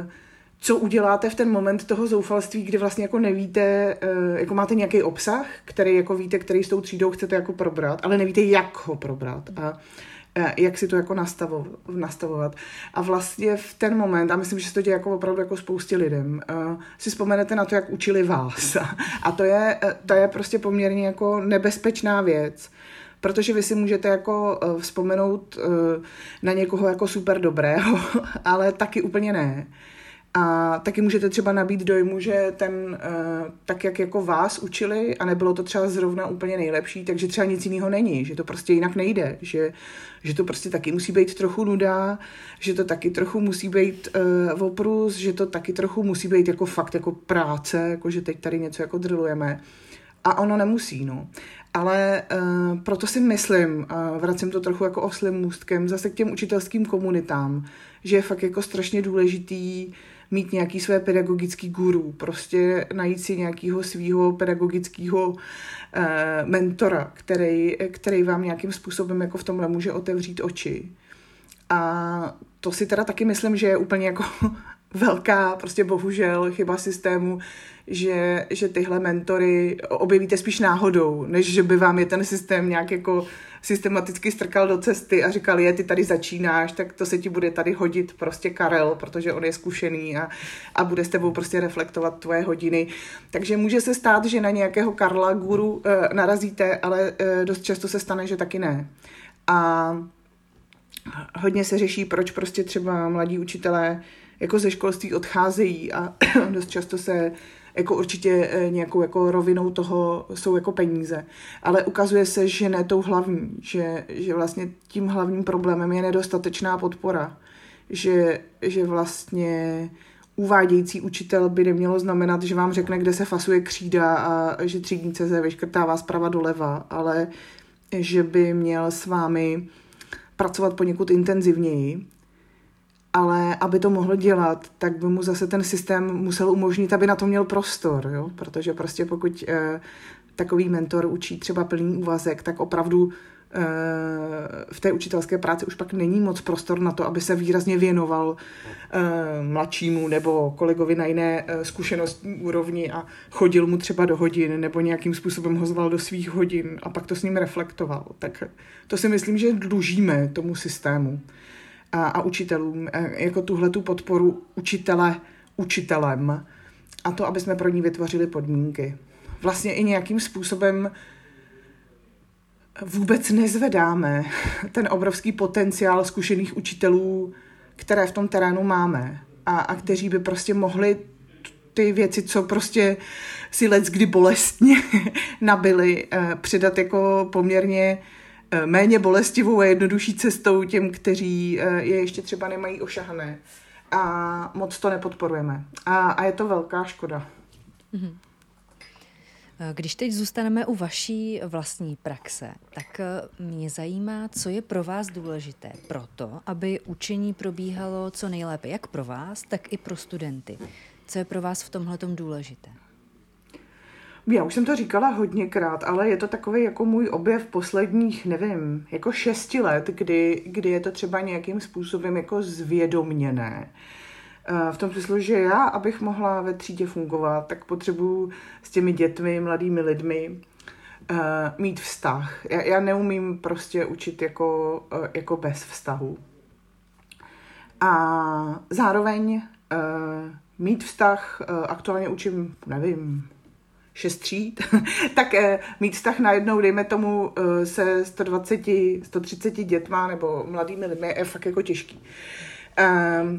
co uděláte v ten moment toho zoufalství, kdy vlastně jako nevíte, jako máte nějaký obsah, který jako víte, který s tou třídou chcete jako probrat, ale nevíte, jak ho probrat a jak si to jako nastavovat. A vlastně v ten moment, a myslím, že se to děje jako opravdu jako spoustě lidem, si vzpomenete na to, jak učili vás. A to je, to je prostě poměrně jako nebezpečná věc, protože vy si můžete jako vzpomenout na někoho jako super dobrého, ale taky úplně ne. A taky můžete třeba nabít dojmu, že ten, tak jak jako vás učili a nebylo to třeba zrovna úplně nejlepší, takže třeba nic jiného není, že to prostě jinak nejde, že, že to prostě taky musí být trochu nuda, že to taky trochu musí být uh, oprus, že to taky trochu musí být jako fakt jako práce, jako že teď tady něco jako drillujeme. A ono nemusí, no. Ale uh, proto si myslím, a vracím to trochu jako oslím můstkem, zase k těm učitelským komunitám, že je fakt jako strašně důležitý mít nějaký své pedagogický guru, prostě najít si nějakého svého pedagogického eh, mentora, který, který vám nějakým způsobem jako v tomhle může otevřít oči. A to si teda taky myslím, že je úplně jako velká, prostě bohužel chyba systému, že, že tyhle mentory objevíte spíš náhodou, než že by vám je ten systém nějak jako systematicky strkal do cesty a říkal, je, ty tady začínáš, tak to se ti bude tady hodit prostě Karel, protože on je zkušený a, a bude s tebou prostě reflektovat tvoje hodiny. Takže může se stát, že na nějakého Karla guru e, narazíte, ale e, dost často se stane, že taky ne. A hodně se řeší, proč prostě třeba mladí učitelé jako ze školství odcházejí a dost často se jako určitě nějakou jako rovinou toho jsou jako peníze. Ale ukazuje se, že ne tou hlavní, že, že vlastně tím hlavním problémem je nedostatečná podpora. Že, že vlastně uvádějící učitel by nemělo znamenat, že vám řekne, kde se fasuje křída a že třídní C Z vyškrtává zprava doleva, ale že by měl s vámi pracovat poněkud intenzivněji. Ale aby to mohl dělat, tak by mu zase ten systém musel umožnit, aby na to měl prostor, jo? Protože prostě pokud eh, takový mentor učí třeba plný úvazek, tak opravdu eh, v té učitelské práci už pak není moc prostor na to, aby se výrazně věnoval eh, mladšímu nebo kolegovi na jiné eh, zkušenostní úrovni a chodil mu třeba do hodin nebo nějakým způsobem ho zval do svých hodin a pak to s ním reflektoval. Tak to si myslím, že dlužíme tomu systému a, a učitelům, jako tuhletu podporu učitele učitelem a to, aby jsme pro ní vytvořili podmínky. Vlastně i nějakým způsobem vůbec nezvedáme ten obrovský potenciál zkušených učitelů, které v tom terénu máme a, a kteří by prostě mohli ty věci, co prostě si leckdy bolestně nabili, předat jako poměrně méně bolestivou a jednodušší cestou těm, kteří je ještě třeba nemají ošahané. A moc to nepodporujeme. A, a je to velká škoda. Mm-hmm. Když teď zůstaneme u vaší vlastní praxe, tak mě zajímá, co je pro vás důležité pro to, aby učení probíhalo co nejlépe, jak pro vás, tak i pro studenty. Co je pro vás v tomhletom důležité? Já už jsem to říkala hodněkrát, ale je to takový jako můj objev posledních, nevím, jako šesti let, kdy, kdy je to třeba nějakým způsobem jako zvědoměné. V tom smyslu, že já, abych mohla ve třídě fungovat, tak potřebuji s těmi dětmi, mladými lidmi uh, mít vztah. Já, já neumím prostě učit jako, uh, jako bez vztahu. A zároveň uh, mít vztah, uh, aktuálně učím, nevím, šest tříd, tak uh, mít vztah najednou, dejme tomu, uh, se sto dvacet, sto třicet dětma nebo mladými lidmi je fakt jako těžký. Uh,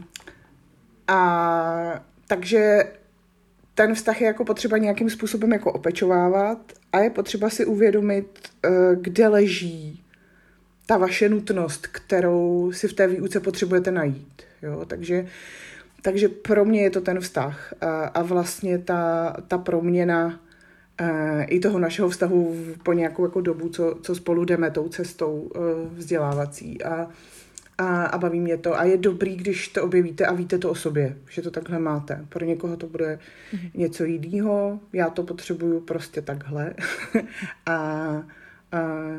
A takže ten vztah je jako potřeba nějakým způsobem jako opečovávat a je potřeba si uvědomit, kde leží ta vaše nutnost, kterou si v té výuce potřebujete najít. Jo? Takže, takže pro mě je to ten vztah a, a vlastně ta, ta proměna i toho našeho vztahu po nějakou jako dobu, co, co spolu jdeme tou cestou vzdělávací. A A, a baví mě to. A je dobrý, když to objevíte a víte to o sobě, že to takhle máte. Pro někoho to bude mm-hmm. něco jiného, já to potřebuju prostě takhle. a, a,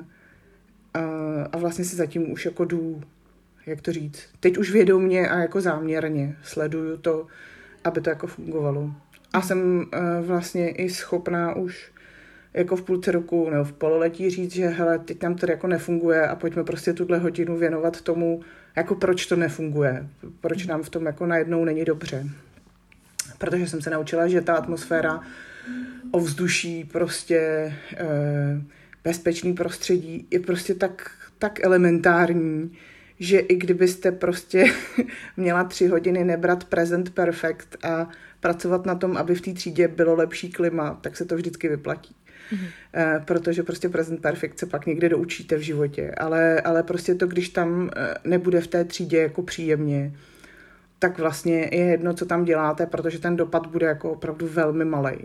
a, a vlastně si zatím už jako jdu, jak to říct, teď už vědomě a jako záměrně sleduju to, aby to jako fungovalo. A jsem uh, vlastně i schopná už jako v půlce roku nebo v pololetí říct, že hele, teď nám to jako nefunguje a pojďme prostě tuhle hodinu věnovat tomu, jako proč to nefunguje, proč nám v tom jako najednou není dobře. Protože jsem se naučila, že ta atmosféra, ovzduší, prostě e, bezpečný prostředí je prostě tak, tak elementární, že i kdybyste prostě měla tři hodiny nebrat present perfect a pracovat na tom, aby v té třídě bylo lepší klima, tak se to vždycky vyplatí. Mm-hmm. E, protože prostě present perfect se pak někde doučíte v životě, ale, ale prostě to, když tam nebude v té třídě jako příjemně, tak vlastně je jedno, co tam děláte, protože ten dopad bude jako opravdu velmi malej.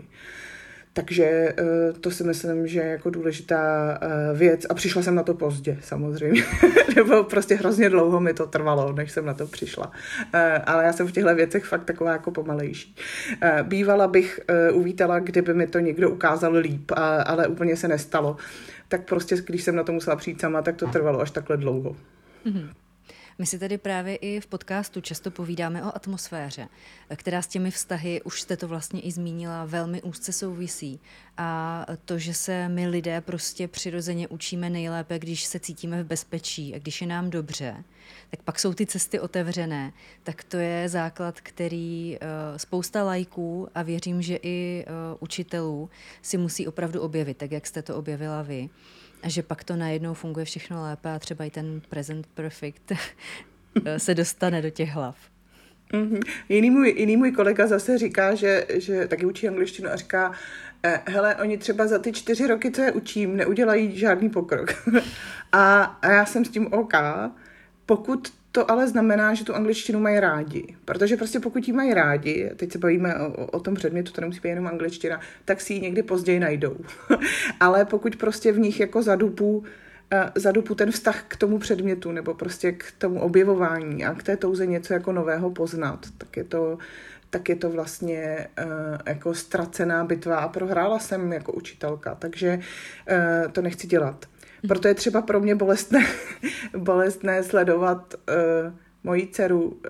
Takže to si myslím, že je jako důležitá věc a přišla jsem na to pozdě samozřejmě, nebo prostě hrozně dlouho mi to trvalo, než jsem na to přišla, ale já jsem v těchto věcech fakt taková jako pomalejší. Bývala bych uvítala, kdyby mi to někdo ukázal líp, ale úplně se nestalo, tak prostě když jsem na to musela přijít sama, tak to trvalo až takhle dlouho. Mm-hmm. My si tady právě i v podcastu často povídáme o atmosféře, která s těmi vztahy, už jste to vlastně i zmínila, velmi úzce souvisí. A to, že se my lidé prostě přirozeně učíme nejlépe, když se cítíme v bezpečí a když je nám dobře, tak pak jsou ty cesty otevřené. Tak to je základ, který uh, spousta laiků a věřím, že i uh, učitelů si musí opravdu objevit, tak jak jste to objevila vy. A že pak to najednou funguje všechno lépe a třeba i ten present perfect se dostane do těch hlav. Mm-hmm. Jiný, můj, jiný můj kolega zase říká, že, že taky učí angličtinu a říká, eh, hele, oni třeba za ty čtyři roky, co je učím, neudělají žádný pokrok. a, a já jsem s tím OK, pokud to ale znamená, že tu angličtinu mají rádi. Protože prostě pokud ji mají rádi, teď se bavíme o, o tom předmětu, to nemusí být jenom angličtina, tak si ji někdy později najdou. Ale pokud prostě v nich jako zadupu, uh, zadupu ten vztah k tomu předmětu nebo prostě k tomu objevování a k té touze něco jako nového poznat, tak je to, tak je to vlastně uh, jako ztracená bitva a prohrála jsem jako učitelka, takže uh, to nechci dělat. Proto je třeba pro mě bolestné, bolestné sledovat uh, moji dceru, uh,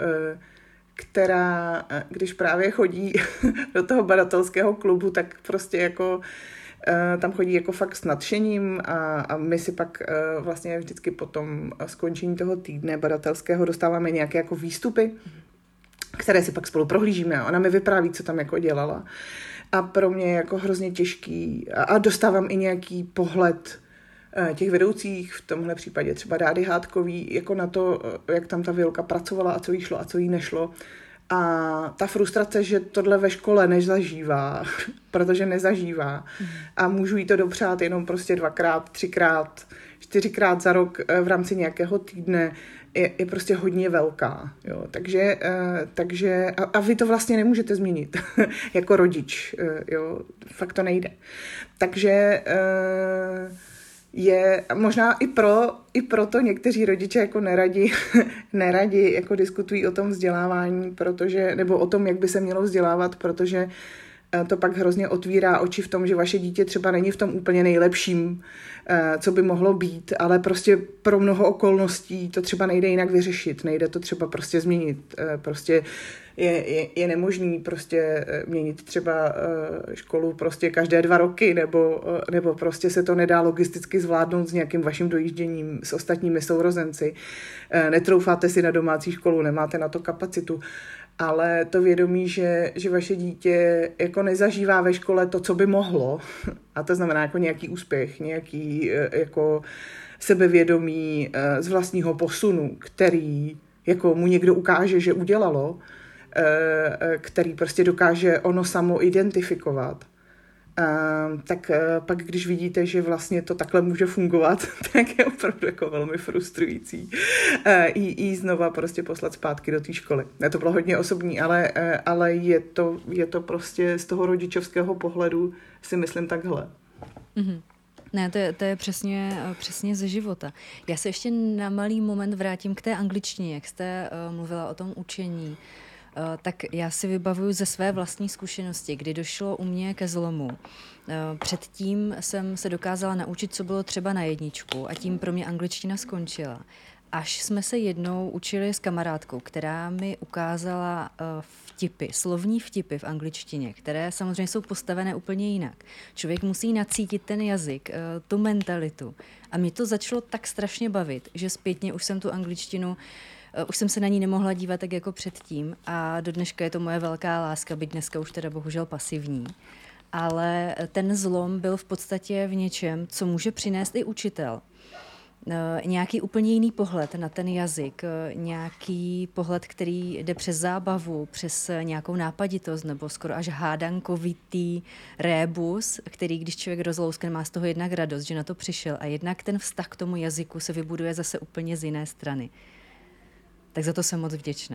která, uh, když právě chodí do toho badatelského klubu, tak prostě jako uh, tam chodí jako fakt s nadšením a, a my si pak uh, vlastně vždycky po tom skončení toho týdne badatelského dostáváme nějaké jako výstupy, které si pak spolu prohlížíme a ona mi vypráví, co tam jako dělala. A pro mě je jako hrozně těžký a, a dostávám i nějaký pohled těch vedoucích, v tomhle případě třeba Dády Hádkový, jako na to, jak tam ta Vilka pracovala a co jí šlo a co jí nešlo. A ta frustrace, že tohle ve škole nezažívá, protože nezažívá. A můžu jí to dopřát jenom prostě dvakrát, třikrát, čtyřikrát za rok v rámci nějakého týdne, je, je prostě hodně velká. Jo. Takže, uh, takže a, a vy to vlastně nemůžete změnit jako rodič. Uh, jo. Fakt to nejde. Takže uh, je možná i pro, i proto někteří rodiče jako neradi, neradi jako diskutují o tom vzdělávání, protože, nebo o tom, jak by se mělo vzdělávat, protože to pak hrozně otvírá oči v tom, že vaše dítě třeba není v tom úplně nejlepším, co by mohlo být, ale prostě pro mnoho okolností to třeba nejde jinak vyřešit, nejde to třeba prostě změnit. Prostě je, je, je nemožný prostě měnit třeba školu prostě každé dva roky, nebo, nebo prostě se to nedá logisticky zvládnout s nějakým vaším dojížděním s ostatními sourozenci. Netroufáte si na domácí školu, nemáte na to kapacitu. Ale to vědomí, že, že vaše dítě jako nezažívá ve škole to, co by mohlo, a to znamená jako nějaký úspěch, nějaký jako sebevědomí z vlastního posunu, který jako mu někdo ukáže, že udělalo, který prostě dokáže ono samo identifikovat. Uh, tak uh, pak, když vidíte, že vlastně to takhle může fungovat, tak je opravdu jako velmi frustrující uh, jí, jí znova prostě poslat zpátky do té školy. Ne, to bylo hodně osobní, ale, uh, ale je, to, je to prostě z toho rodičovského pohledu si myslím takhle. Mm-hmm. Ne, to je, to je přesně, přesně ze života. Já se ještě na malý moment vrátím k té angličtině, jak jste uh, mluvila o tom učení. Uh, tak já si vybavuju ze své vlastní zkušenosti, kdy došlo u mě ke zlomu. Uh, předtím jsem se dokázala naučit, co bylo třeba na jedničku a tím pro mě angličtina skončila. Až jsme se jednou učili s kamarádkou, která mi ukázala uh, vtipy, slovní vtipy v angličtině, které samozřejmě jsou postavené úplně jinak. Člověk musí nacítit ten jazyk, uh, tu mentalitu. A mě to začalo tak strašně bavit, že zpětně už jsem tu angličtinu Uh, už jsem se na ní nemohla dívat tak jako předtím a do dneška je to moje velká láska, byť dneska už teda bohužel pasivní. Ale ten zlom byl v podstatě v něčem, co může přinést i učitel. Uh, nějaký úplně jiný pohled na ten jazyk, uh, nějaký pohled, který jde přes zábavu, přes nějakou nápaditost nebo skoro až hádankovitý rébus, který, když člověk rozlouskne, má z toho jednak radost, že na to přišel a jednak ten vztah k tomu jazyku se vybuduje zase úplně z jiné strany. Tak za to jsem moc vděčná.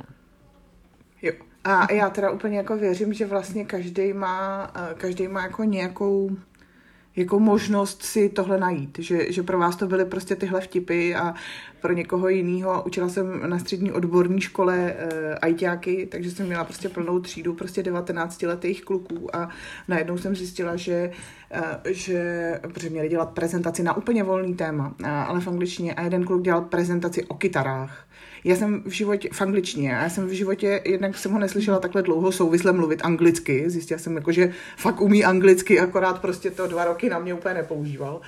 Jo. A já teda úplně jako věřím, že vlastně každý má, každý má jako nějakou jako možnost si tohle najít. Že, že pro vás to byly prostě tyhle vtipy a pro někoho jiného. Učila jsem na střední odborné škole e, ajťáky, takže jsem měla prostě plnou třídu prostě devatenáctiletých kluků a najednou jsem zjistila, že, e, že protože měli dělat prezentaci na úplně volný téma, a, ale v angličtině a jeden kluk dělal prezentaci o kytarách. Já jsem v životě, v angličtině, já jsem v životě, jednak jsem ho neslyšela takhle dlouho souvisle mluvit anglicky, zjistila jsem jako, že fakt umí anglicky, akorát prostě to dva roky na mě úplně nepoužíval.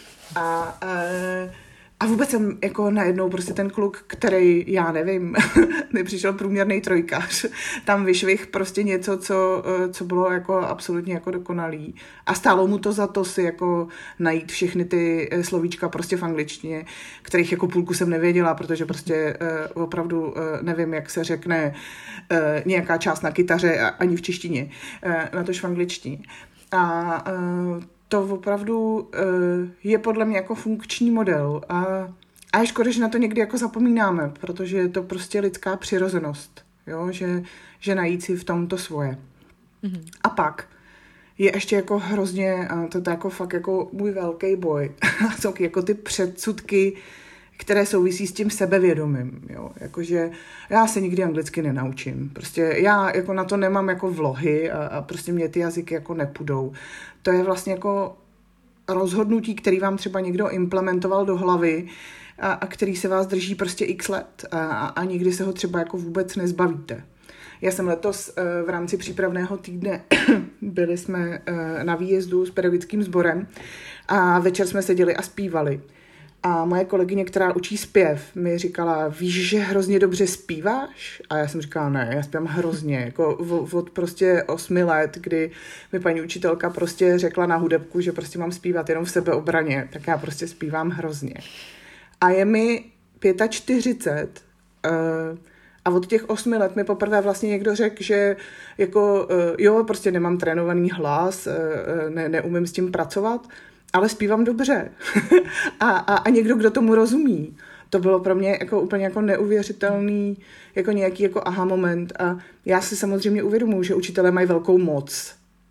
A, e, a vůbec jsem jako najednou prostě ten kluk, který, já nevím, nepřišel průměrný trojkař, tam vyšvih prostě něco, co, co bylo jako absolutně jako dokonalý. A stálo mu to za to si jako najít všechny ty slovíčka prostě v angličtině, kterých jako půlku jsem nevěděla, protože prostě uh, opravdu uh, nevím, jak se řekne uh, nějaká část na kytaře ani v češtině, uh, natož v angličtině. A uh, to opravdu uh, je podle mě jako funkční model a, a je škoda, že na to někdy jako zapomínáme, protože je to prostě lidská přirozenost, jo? Že, že najít si v tom to svoje. Mm-hmm. A pak je ještě jako hrozně, to je jako fakt jako můj velký boj, jsou jako ty předsudky, které souvisí s tím sebevědomím, jo, jakože já se nikdy anglicky nenaučím, prostě já jako na to nemám jako vlohy a, a prostě mě ty jazyky jako nepůjdou. To je vlastně jako rozhodnutí, který vám třeba někdo implementoval do hlavy a, a který se vás drží prostě x let a, a nikdy se ho třeba jako vůbec nezbavíte. Já jsem letos v rámci přípravného týdne, byli jsme na výjezdu s pedagogickým sborem a večer jsme seděli a zpívali. A moje kolegyně, která učí zpěv, mi říkala, víš, že hrozně dobře zpíváš? A já jsem říkala, ne, já zpívám hrozně. Jako od prostě osmi let, kdy mi paní učitelka prostě řekla na hudebku, že prostě mám zpívat jenom v sebeobraně, tak já prostě zpívám hrozně. A je mi čtyřicet pět uh, a od těch osmi let mi poprvé vlastně někdo řekl, že jako, uh, jo, prostě nemám trénovaný hlas, uh, ne, neumím s tím pracovat, ale zpívám dobře. a, a, a někdo, kdo tomu rozumí. to bylo pro mě jako úplně jako neuvěřitelný, jako nějaký jako aha moment a já si samozřejmě uvědomuji, že učitelé mají velkou moc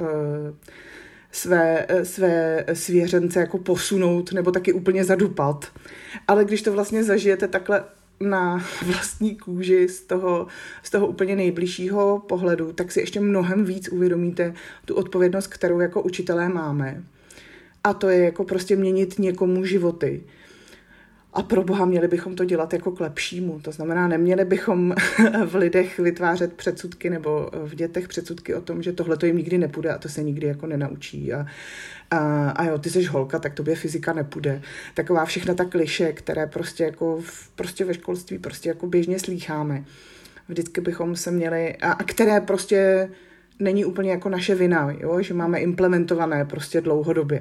své, své svěřence jako posunout nebo taky úplně zadupat. Ale když to vlastně zažijete takhle na vlastní kůži z toho, z toho úplně nejbližšího pohledu, tak si ještě mnohem víc uvědomíte tu odpovědnost, kterou jako učitelé máme. A to je jako prostě měnit někomu životy. A pro boha měli bychom to dělat jako k lepšímu. To znamená, neměli bychom v lidech vytvářet předsudky nebo v dětech předsudky o tom, že tohle to jim nikdy nepůjde a to se nikdy jako nenaučí. A, a, a jo, ty jsi holka, tak tobě fyzika nepůjde. Taková všechna ta kliše, které prostě jako v, prostě ve školství prostě jako běžně slýcháme. Vždycky bychom se měli, a, a které prostě není úplně jako naše vina, jo? Že máme implementované prostě dlouhodobě.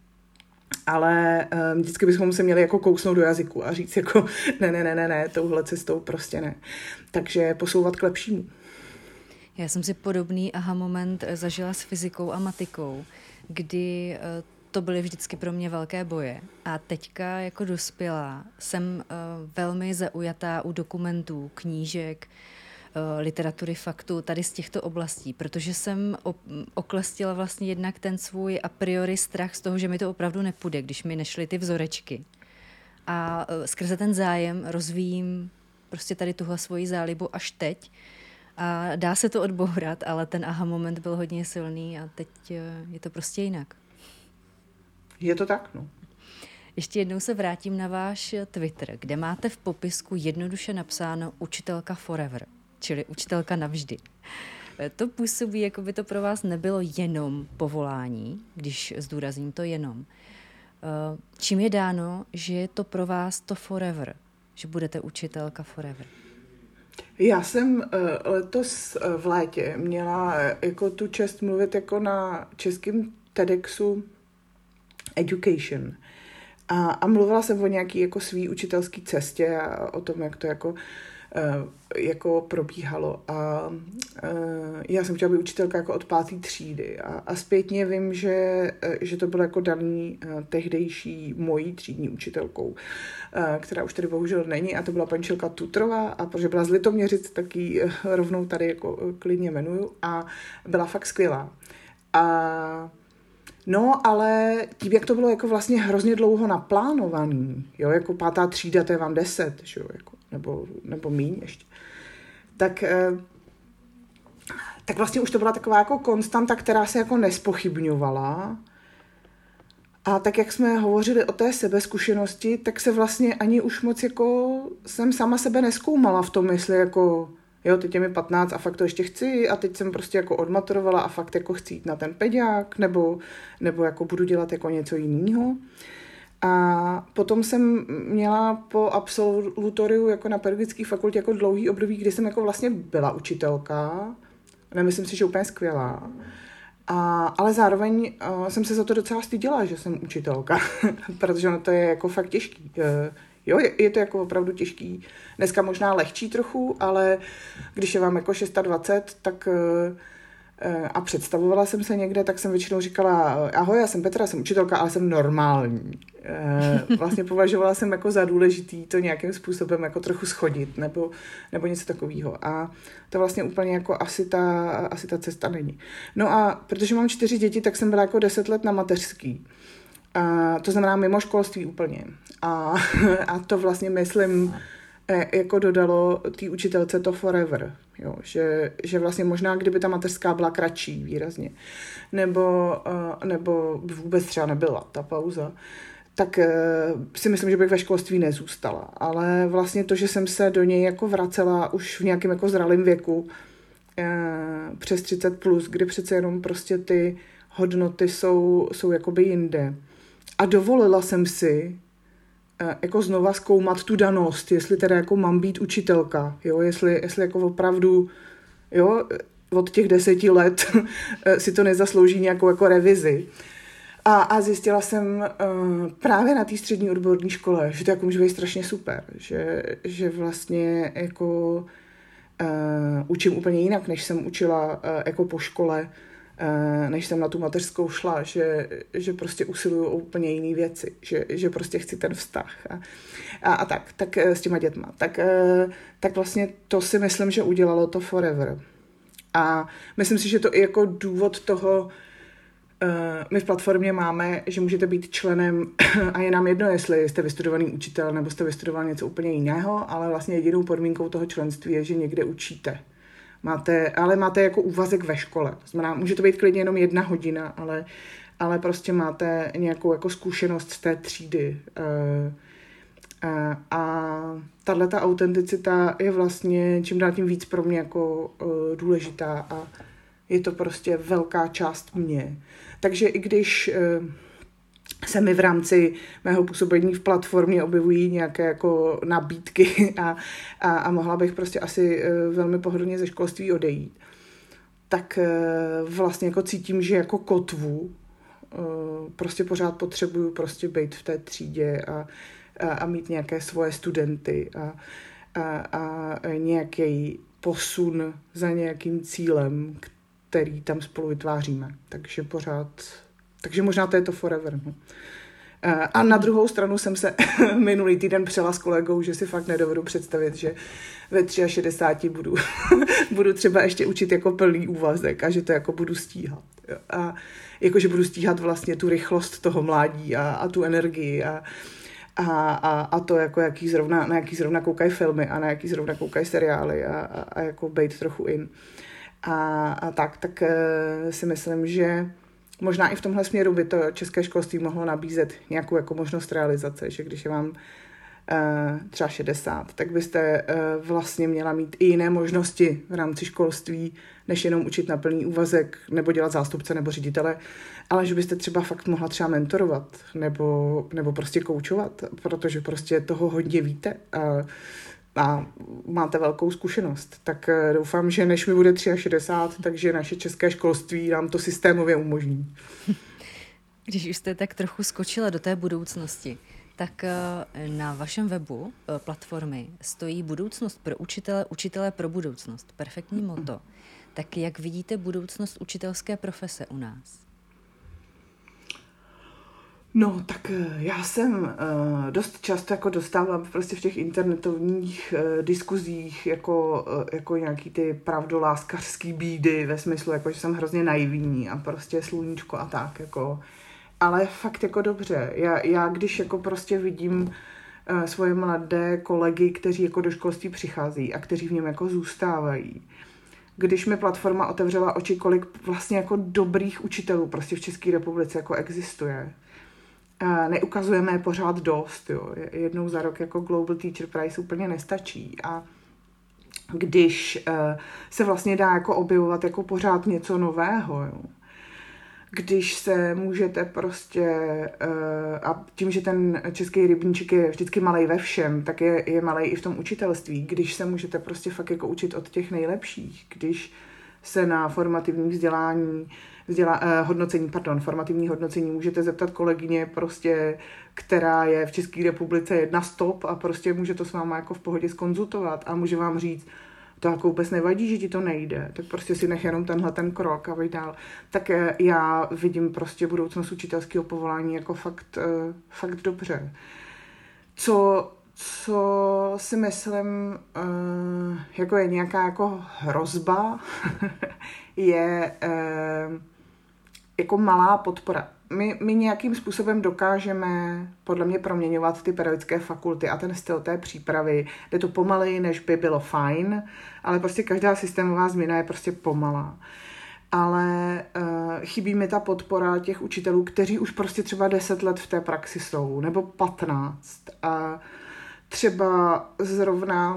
Ale um, vždycky bychom se měli jako kousnout do jazyku a říct jako ne, ne, ne, ne, ne, touhle cestou prostě ne. Takže posouvat k lepšímu. Já jsem si podobný aha moment zažila s fyzikou a matikou, kdy uh, to byly vždycky pro mě velké boje. A teďka jako dospělá jsem uh, velmi zaujatá u dokumentů, knížek, literatury, faktu, tady z těchto oblastí, protože jsem oklestila vlastně jednak ten svůj a priori strach z toho, že mi to opravdu nepůjde, když mi nešly ty vzorečky. A skrze ten zájem rozvíjím prostě tady tuhle svoji zálibu až teď. A dá se to odbourat, ale ten aha moment byl hodně silný a teď je to prostě jinak. Je to tak, no. Ještě jednou se vrátím na váš Twitter, kde máte v popisku jednoduše napsáno učitelka forever, čili učitelka navždy. To působí, jako by to pro vás nebylo jenom povolání, když zdůrazním to jenom. Čím je dáno, že je to pro vás to forever, že budete učitelka forever? Já jsem letos v létě měla jako tu čest mluvit jako na českém TEDxu Education. A, a mluvila jsem o nějaký jako svý učitelský cestě a o tom, jak to jako, uh, jako probíhalo. A uh, já jsem chtěla být učitelka jako od páté třídy. A, a zpětně vím, že, že to bylo jako daný uh, tehdejší mojí třídní učitelkou, uh, která už tady bohužel není. A to byla paní Šilka Tutrová. A protože byla z Litoměřic, tak ji uh, rovnou tady jako uh, klidně jmenuju. A byla fakt skvělá. A no, ale tím, jak to bylo jako vlastně hrozně dlouho naplánovaný, jo, jako pátá třída, to je vám deset, že jo, jako, nebo, nebo míň ještě, tak, tak vlastně už to byla taková jako konstanta, která se jako nespochybňovala. A tak, jak jsme hovořili o té sebezkušenosti, tak se vlastně ani už moc jako jsem sama sebe nezkoumala v tom, jestli jako jo, teď je mi patnáct a fakt to ještě chci a teď jsem prostě jako odmaturovala a fakt jako chci jít na ten peďák nebo, nebo jako budu dělat jako něco jiného. A potom jsem měla po absolutoriu jako na pedagogické fakultě jako dlouhý období, kdy jsem jako vlastně byla učitelka, nemyslím si, že úplně skvělá, a, ale zároveň uh, jsem se za to docela styděla, že jsem učitelka, protože ono to je jako fakt těžký. Uh, Jo, je, je to jako opravdu těžký. Dneska možná lehčí trochu, ale když je vám jako dvacet šest, tak a představovala jsem se někde, tak jsem většinou říkala, ahoj, já jsem Petra, jsem učitelka, ale jsem normální. Vlastně považovala jsem jako za důležitý to nějakým způsobem jako trochu schodit, nebo, nebo něco takového. A to vlastně úplně jako asi ta, asi ta cesta není. No a protože mám čtyři děti, tak jsem byla jako deset let na mateřský. A to znamená mimo školství úplně. A, a to vlastně myslím, jako dodalo té učitelce to forever. Jo, že, že vlastně možná, kdyby ta mateřská byla kratší výrazně, nebo, nebo vůbec třeba nebyla ta pauza, tak si myslím, že bych ve školství nezůstala. Ale vlastně to, že jsem se do něj jako vracela už v nějakém jako zralém věku, přes třicet plus, kdy přece jenom prostě ty hodnoty jsou, jsou jakoby jinde. A dovolila jsem si jako znova zkoumat tu danost, jestli teda jako mám být učitelka, jo, jestli, jestli jako opravdu, jo, od těch deseti let si to nezaslouží nějakou jako revizi. A, a zjistila jsem uh, právě na té střední odborné škole, že to jako může být strašně super, že, že vlastně jako uh, učím úplně jinak, než jsem učila uh, jako po škole, než jsem na tu mateřskou šla, že, že prostě usiluju o úplně jiné věci, že, že prostě chci ten vztah a, a, a tak, tak s těma dětma. Tak, tak vlastně to si myslím, že udělalo to Forever. A myslím si, že to i jako důvod toho, my v platformě máme, že můžete být členem a je nám jedno, jestli jste vystudovaný učitel nebo jste vystudoval něco úplně jiného, ale vlastně jedinou podmínkou toho členství je, že někde učíte. Máte, ale máte jako úvazek ve škole. To znamená, může to být klidně jenom jedna hodina, ale, ale prostě máte nějakou jako zkušenost z té třídy. A tahleta autenticita je vlastně čím dál tím víc pro mě jako důležitá a je to prostě velká část mě. Takže i když se mi v rámci mého působení v platformě objevují nějaké jako nabídky a, a, a mohla bych prostě asi velmi pohodlně ze školství odejít, tak vlastně jako cítím, že jako kotvu prostě pořád potřebuju prostě být v té třídě a, a, a mít nějaké svoje studenty a, a, a nějaký posun za nějakým cílem, který tam spolu vytváříme. Takže pořád, takže možná to je to Forever. No. A na druhou stranu jsem se minulý týden přela s kolegou, že si fakt nedovedu představit, že ve šedesáti tři budu, budu třeba ještě učit jako plný úvazek a že to jako budu stíhat. A jakože budu stíhat vlastně tu rychlost toho mládí a, a tu energii a, a, a, a to, jako jaký zrovna, na jaký zrovna koukají filmy a na jaký zrovna koukají seriály a, a, a jako bejt trochu in. A, a tak, tak si myslím, že možná i v tomhle směru by to české školství mohlo nabízet nějakou jako možnost realizace, že když je vám uh, třeba šedesát, tak byste uh, vlastně měla mít i jiné možnosti v rámci školství, než jenom učit na plný úvazek, nebo dělat zástupce nebo ředitele, ale že byste třeba fakt mohla třeba mentorovat, nebo, nebo prostě koučovat, protože prostě toho hodně víte a, a máte velkou zkušenost. Tak uh, doufám, že než mi bude šedesát tři, takže naše české školství nám to systémově umožní. Když už jste tak trochu skočila do té budoucnosti, tak na vašem webu platformy stojí budoucnost pro učitele, učitele pro budoucnost. Perfektní motto. Tak jak vidíte budoucnost učitelské profese u nás? No, tak já jsem uh, dost často jako dostávám prostě v těch internetových uh, diskuzích jako, uh, jako nějaký ty pravdoláskařský bídy ve smyslu, jako že jsem hrozně naivní a prostě sluníčko a tak, jako. Ale fakt jako dobře. Já, já když jako prostě vidím uh, svoje mladé kolegy, kteří jako do školství přichází a kteří v něm jako zůstávají, když mi platforma otevřela oči, kolik vlastně jako dobrých učitelů prostě v České republice jako existuje, neukazujeme pořád dost, jo. Jednou za rok jako Global Teacher Prize úplně nestačí a když uh, se vlastně dá jako objevovat jako pořád něco nového, jo. Když se můžete prostě, uh, a tím, že ten český rybníček je vždycky malej ve všem, tak je, je malej i v tom učitelství, když se můžete prostě fakt jako učit od těch nejlepších, když se na formativní vzdělání Vzdělá, eh, hodnocení, pardon, formativní hodnocení můžete zeptat kolegyně prostě, která je v České republice jedna stop a prostě může to s váma jako v pohodě zkonzultovat a může vám říct, to jako vůbec nevadí, že ti to nejde, tak prostě si nech jenom tenhle ten krok a veď dál. Tak eh, já vidím prostě budoucnost učitelského povolání jako fakt, eh, fakt dobře. Co, co si myslím, eh, jako je nějaká jako hrozba, je eh, jako malá podpora. My, my nějakým způsobem dokážeme podle mě proměňovat ty pedagogické fakulty a ten styl té přípravy. Jde to pomaleji, než by bylo fajn, ale prostě každá systémová změna je prostě pomalá. Ale uh, chybí mi ta podpora těch učitelů, kteří už prostě třeba deset let v té praxi jsou, nebo patnáct. A třeba zrovna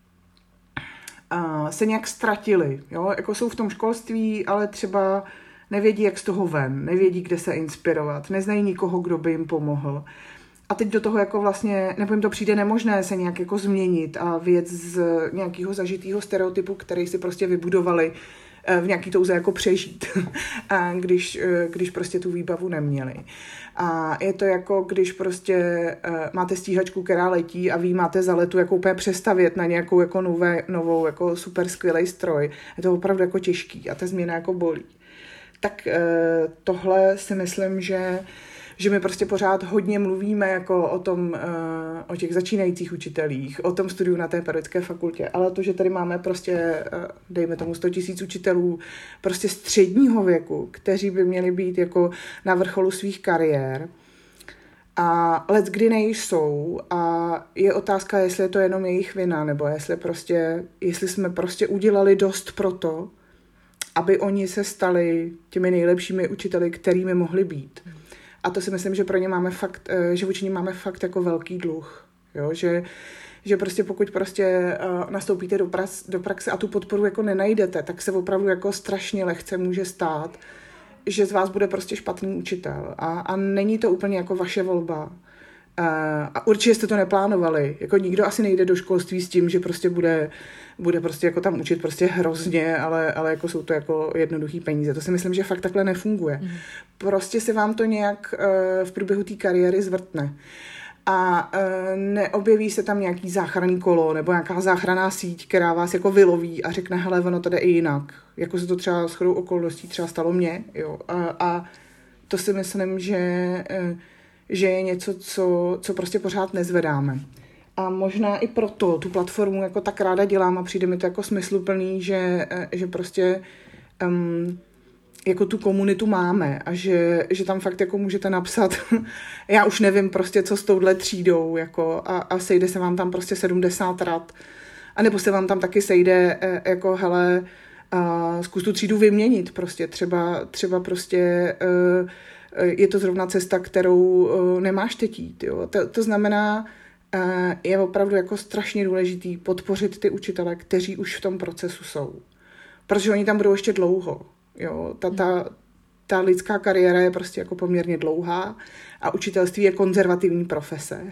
uh, se nějak ztratili, jo? Jako jsou v tom školství, ale třeba nevědí, jak z toho ven, nevědí, kde se inspirovat, neznají nikoho, kdo by jim pomohl. A teď do toho jako vlastně, nebo jim to přijde nemožné se nějak jako změnit a věc z nějakého zažitého stereotypu, který si prostě vybudovali v nějaký touze jako přežít, a když, když prostě tu výbavu neměli. A je to jako, když prostě máte stíhačku, která letí a vy máte za letu jako úplně přestavět na nějakou jako nové, novou jako super skvělej stroj. Je to opravdu jako těžký a ta změna jako bolí. tak tohle si myslím, že že my prostě pořád hodně mluvíme jako o tom, o těch začínajících učitelích, o tom studiu na té pedagogické fakultě, ale to, že tady máme prostě, dejme tomu sto tisíc učitelů prostě středního věku, kteří by měli být jako na vrcholu svých kariér a leckdy nejsou a je otázka, jestli je to jenom jejich vina, nebo jestli prostě, jestli jsme prostě udělali dost pro to, aby oni se stali těmi nejlepšími učiteli, kterými mohli být. A to si myslím, že pro ně máme fakt, že vůči nim máme fakt jako velký dluh. Jo? Že, že prostě pokud prostě uh, nastoupíte do, prax, do praxe a tu podporu jako nenajdete, tak se opravdu jako strašně lehce může stát, že z vás bude prostě špatný učitel. A, a není to úplně jako vaše volba. Uh, a určitě jste to neplánovali. Jako nikdo asi nejde do školství s tím, že prostě bude, bude prostě jako tam učit prostě hrozně, ale, ale jako jsou to jako jednoduchý peníze. To si myslím, že fakt takhle nefunguje. Mm. Prostě se vám to nějak uh, v průběhu té kariéry zvrtne. A uh, neobjeví se tam nějaký záchranný kolo nebo nějaká záchranná síť, která vás jako vyloví a řekne, hele, ono to jde i jinak. Jako se to třeba shodou okolností třeba stalo mně. Jo. A, a to si myslím, že, uh, že je něco, co, co prostě pořád nezvedáme. A možná i proto tu platformu jako tak ráda dělám a přijde mi to jako smysluplný, že, že prostě um, jako tu komunitu máme a že, že tam fakt jako můžete napsat, já už nevím prostě, co s touhle třídou jako a, a sejde se vám tam prostě sedmdesát rad. A nebo se vám tam taky sejde jako hele, uh, zkus tu třídu vyměnit prostě, třeba, třeba prostě uh, je to zrovna cesta, kterou uh, nemáš teď jít. Jo. To, to znamená, uh, je opravdu jako strašně důležitý podpořit ty učitele, kteří už v tom procesu jsou. Protože oni tam budou ještě dlouho. Jo. Ta, ta, ta lidská kariéra je prostě jako poměrně dlouhá a učitelství je konzervativní profese.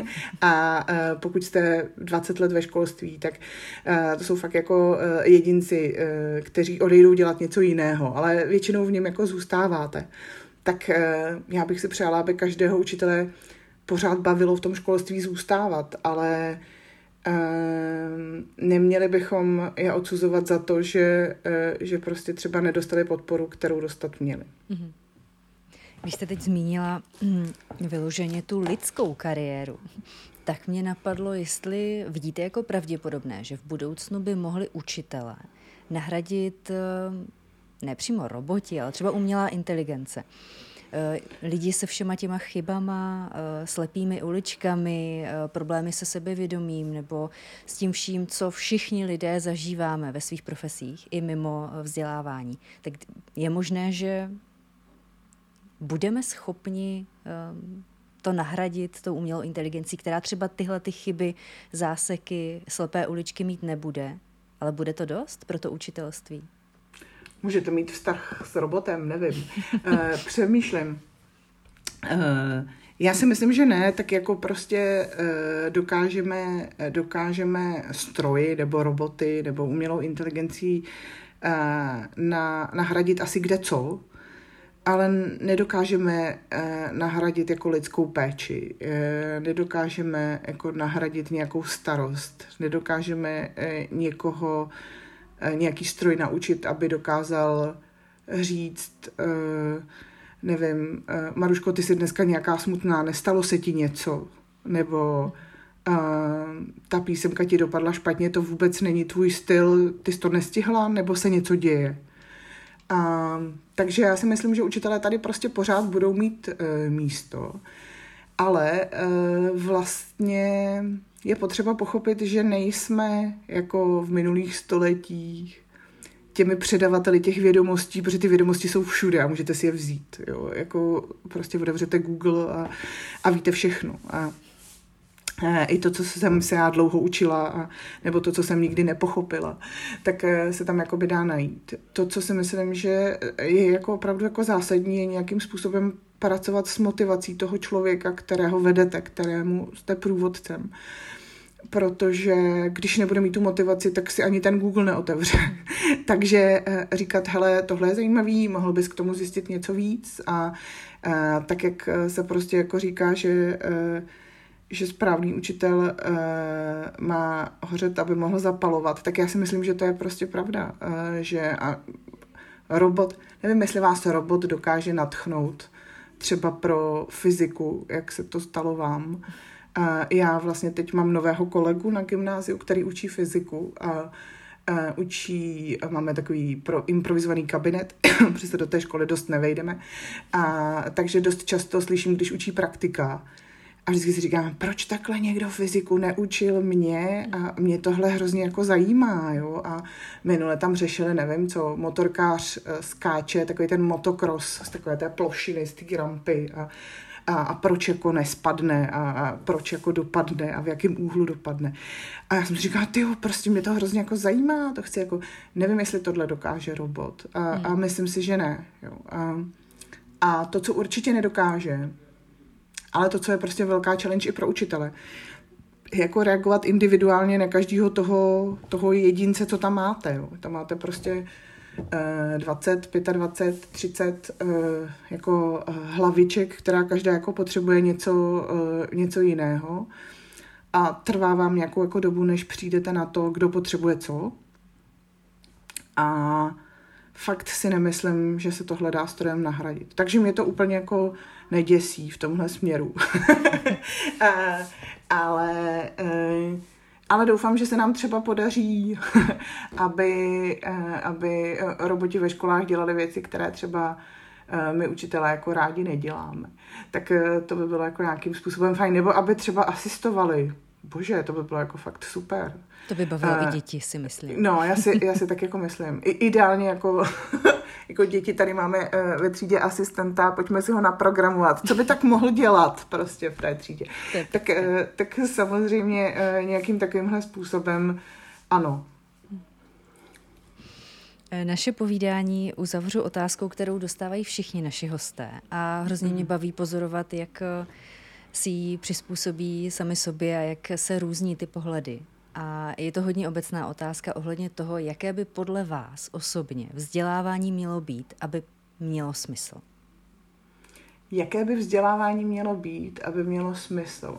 A uh, pokud jste dvacet let ve školství, tak uh, to jsou fakt jako uh, jedinci, uh, kteří odejdou dělat něco jiného, ale většinou v něm jako zůstáváte. Tak já bych si přála, aby každého učitele pořád bavilo v tom školství zůstávat, ale neměli bychom je odsuzovat za to, že, že prostě třeba nedostali podporu, kterou dostat měli. Když jste teď zmínila hm, vyloženě tu lidskou kariéru, tak mě napadlo, jestli vidíte jako pravděpodobné, že v budoucnu by mohli učitelé nahradit ne přímo roboti, ale třeba umělá inteligence. Lidi se všema těma chybama, slepými uličkami, problémy se sebevědomím nebo s tím vším, co všichni lidé zažíváme ve svých profesích i mimo vzdělávání. Tak je možné, že budeme schopni to nahradit tou umělou inteligencí, která třeba tyhle ty chyby, záseky, slepé uličky mít nebude, ale bude to dost pro to učitelství? Můžete mít vztah s robotem, nevím. E, přemýšlím. E, já si myslím, že ne, tak jako prostě e, dokážeme, dokážeme stroji nebo roboty nebo umělou inteligencí e, na, nahradit asi kde co, ale nedokážeme e, nahradit jako lidskou péči, e, nedokážeme jako nahradit nějakou starost, nedokážeme e, někoho nějaký stroj naučit, aby dokázal říct, nevím, Maruško, ty jsi dneska nějaká smutná, nestalo se ti něco, nebo ta písemka ti dopadla špatně, to vůbec není tvůj styl, ty jsi to nestihla, nebo se něco děje. A, takže já si myslím, že učitelé tady prostě pořád budou mít e, místo, ale e, vlastně je potřeba pochopit, že nejsme jako v minulých stoletích těmi předavateli těch vědomostí, protože ty vědomosti jsou všude a můžete si je vzít. Jo? Jako prostě otevřete Google a, a víte všechno. A, a i to, co jsem se já dlouho učila, a, nebo to, co jsem nikdy nepochopila, tak se tam jakoby dá najít. To, co si myslím, že je jako opravdu jako zásadní, je nějakým způsobem pracovat s motivací toho člověka, kterého vedete, kterému jste průvodcem. Protože když nebude mít tu motivaci, tak si ani ten Google neotevře. Takže říkat, hele, tohle je zajímavý, mohl bys k tomu zjistit něco víc a, a tak, jak se prostě jako říká, že, že správný učitel má hořet, aby mohl zapalovat, tak já si myslím, že to je prostě pravda, že a robot, nevím, jestli vás robot dokáže nadchnout třeba pro fyziku, jak se to stalo vám. Já vlastně teď mám nového kolegu na gymnáziu, který učí fyziku a učí, máme takový pro improvizovaný kabinet, protože se do té školy dost nevejdeme, a takže dost často slyším, když učí praktika, a vždycky si říkám, proč takhle někdo fyziku neučil mě a mě tohle hrozně jako zajímá, jo, a minule tam řešili, nevím co, motorkář skáče, takový ten motocross z takové té plošiny, z té rampy a, a, a proč jako nespadne a, a proč jako dopadne a v jakém úhlu dopadne. A já jsem si říkala, tyjo, prostě mě to hrozně jako zajímá, to chci jako, nevím, jestli tohle dokáže robot a, hmm. a myslím si, že ne, jo. A, a to, co určitě nedokáže, ale to, co je prostě velká challenge i pro učitele, je jako reagovat individuálně na každého toho, toho jedince, co tam máte. Jo. Tam máte prostě eh, dvacet, dvacet pět, třicet eh, jako eh, hlaviček, která každá jako potřebuje něco, eh, něco jiného. A trvá vám nějakou jako dobu, než přijdete na to, kdo potřebuje co. A fakt si nemyslím, že se tohle dá strojem nahradit. Takže mě to úplně jako neděsí v tomhle směru. ale, ale doufám, že se nám třeba podaří, aby, aby roboti ve školách dělali věci, které třeba my učitelé jako rádi neděláme. Tak to by bylo jako nějakým způsobem fajn. Nebo aby třeba asistovali. Bože, to by bylo jako fakt super. To by bavilo uh, i děti, si myslím. No, já si, já si tak jako myslím. I, ideálně jako, jako děti tady máme uh, ve třídě asistenta, pojďme si ho naprogramovat. Co by tak mohl dělat prostě v té třídě? Tak, uh, tak samozřejmě uh, nějakým takovýmhle způsobem ano. Naše povídání uzavřu otázkou, kterou dostávají všichni naši hosté. A hrozně mě baví pozorovat, jak si ji přizpůsobí sami sobě a jak se různí ty pohledy. A je to hodně obecná otázka ohledně toho, jaké by podle vás osobně vzdělávání mělo být, aby mělo smysl. Jaké by vzdělávání mělo být, aby mělo smysl?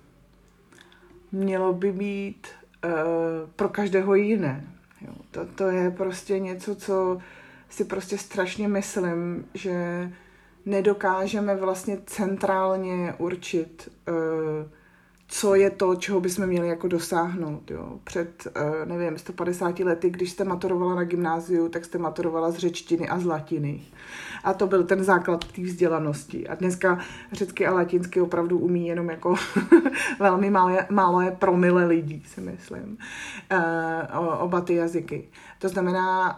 Mělo by být uh, pro každého jiné. Jo, to, to je prostě něco, co si prostě strašně myslím, že nedokážeme vlastně centrálně určit, co je to, čeho bychom měli jako dosáhnout. Jo. Před, nevím, sto padesáti lety, když jste maturovala na gymnáziu, tak jste maturovala z řečtiny a z latiny. A to byl ten základ té vzdělanosti. A dneska řecky a latinsky opravdu umí jenom jako velmi malé, malé promile lidí, si myslím. Oba ty jazyky. To znamená,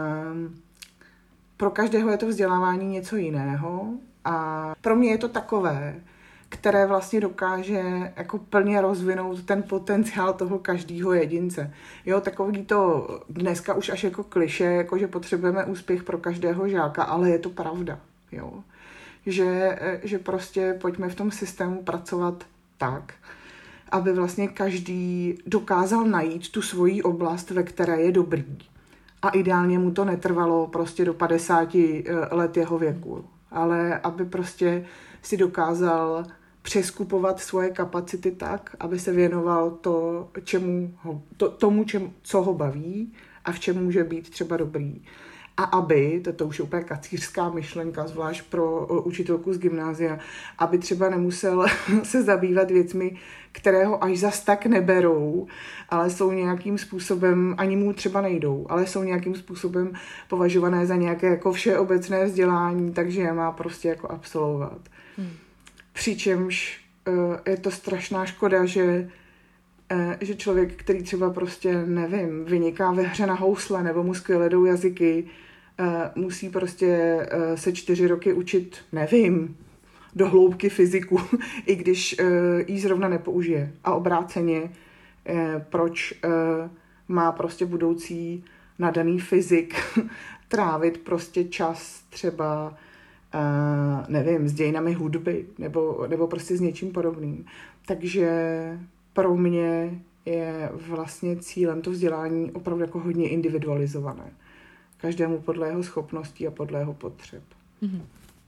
pro každého je to vzdělávání něco jiného a pro mě je to takové, které vlastně dokáže jako plně rozvinout ten potenciál toho každého jedince. Jo, takový to dneska už až jako klišé, jako že potřebujeme úspěch pro každého žáka, ale je to pravda. Jo. Že, že prostě pojďme v tom systému pracovat tak, aby vlastně každý dokázal najít tu svoji oblast, ve které je dobrý. A ideálně mu to netrvalo prostě do padesáti let jeho věku, ale aby prostě si dokázal přeskupovat svoje kapacity tak, aby se věnoval to, čemu ho, to, tomu, čem, co ho baví a v čem může být třeba dobrý. A aby, to, to už je úplně kacířská myšlenka, zvlášť pro učitelku z gymnázia, aby třeba nemusel se zabývat věcmi, které ho až zas tak neberou, ale jsou nějakým způsobem, ani mu třeba nejdou, ale jsou nějakým způsobem považované za nějaké jako všeobecné vzdělání, takže je má prostě jako absolvovat. Hmm. Přičemž je to strašná škoda, že, že člověk, který třeba prostě, nevím, vyniká ve hře na housle nebo mu skvěle jdou jazyky, musí prostě se čtyři roky učit, nevím, do hloubky fyziku, i když ji zrovna nepoužije. A obráceně, proč má prostě budoucí nadaný fyzik trávit prostě čas třeba Uh, nevím, s dějinami hudby nebo, nebo prostě s něčím podobným. Takže pro mě je vlastně cílem to vzdělání opravdu jako hodně individualizované. Každému podle jeho schopností a podle jeho potřeb. Mm-hmm.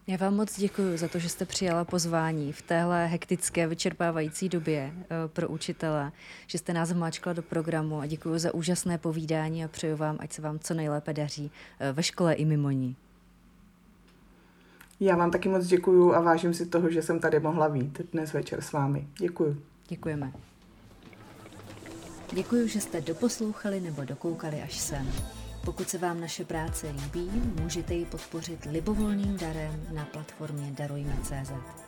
Já vám moc děkuji za to, že jste přijala pozvání v téhle hektické, vyčerpávající době pro učitele, že jste nás vmáčkla do programu a děkuji za úžasné povídání a přeju vám, ať se vám co nejlépe daří ve škole i mimo ní. Já vám taky moc děkuju a vážím si toho, že jsem tady mohla být dnes večer s vámi. Děkuju. Děkujeme. Děkuji, že jste doposlouchali nebo dokoukali až sem. Pokud se vám naše práce líbí, můžete ji podpořit libovolným darem na platformě darujme tečka cé zet.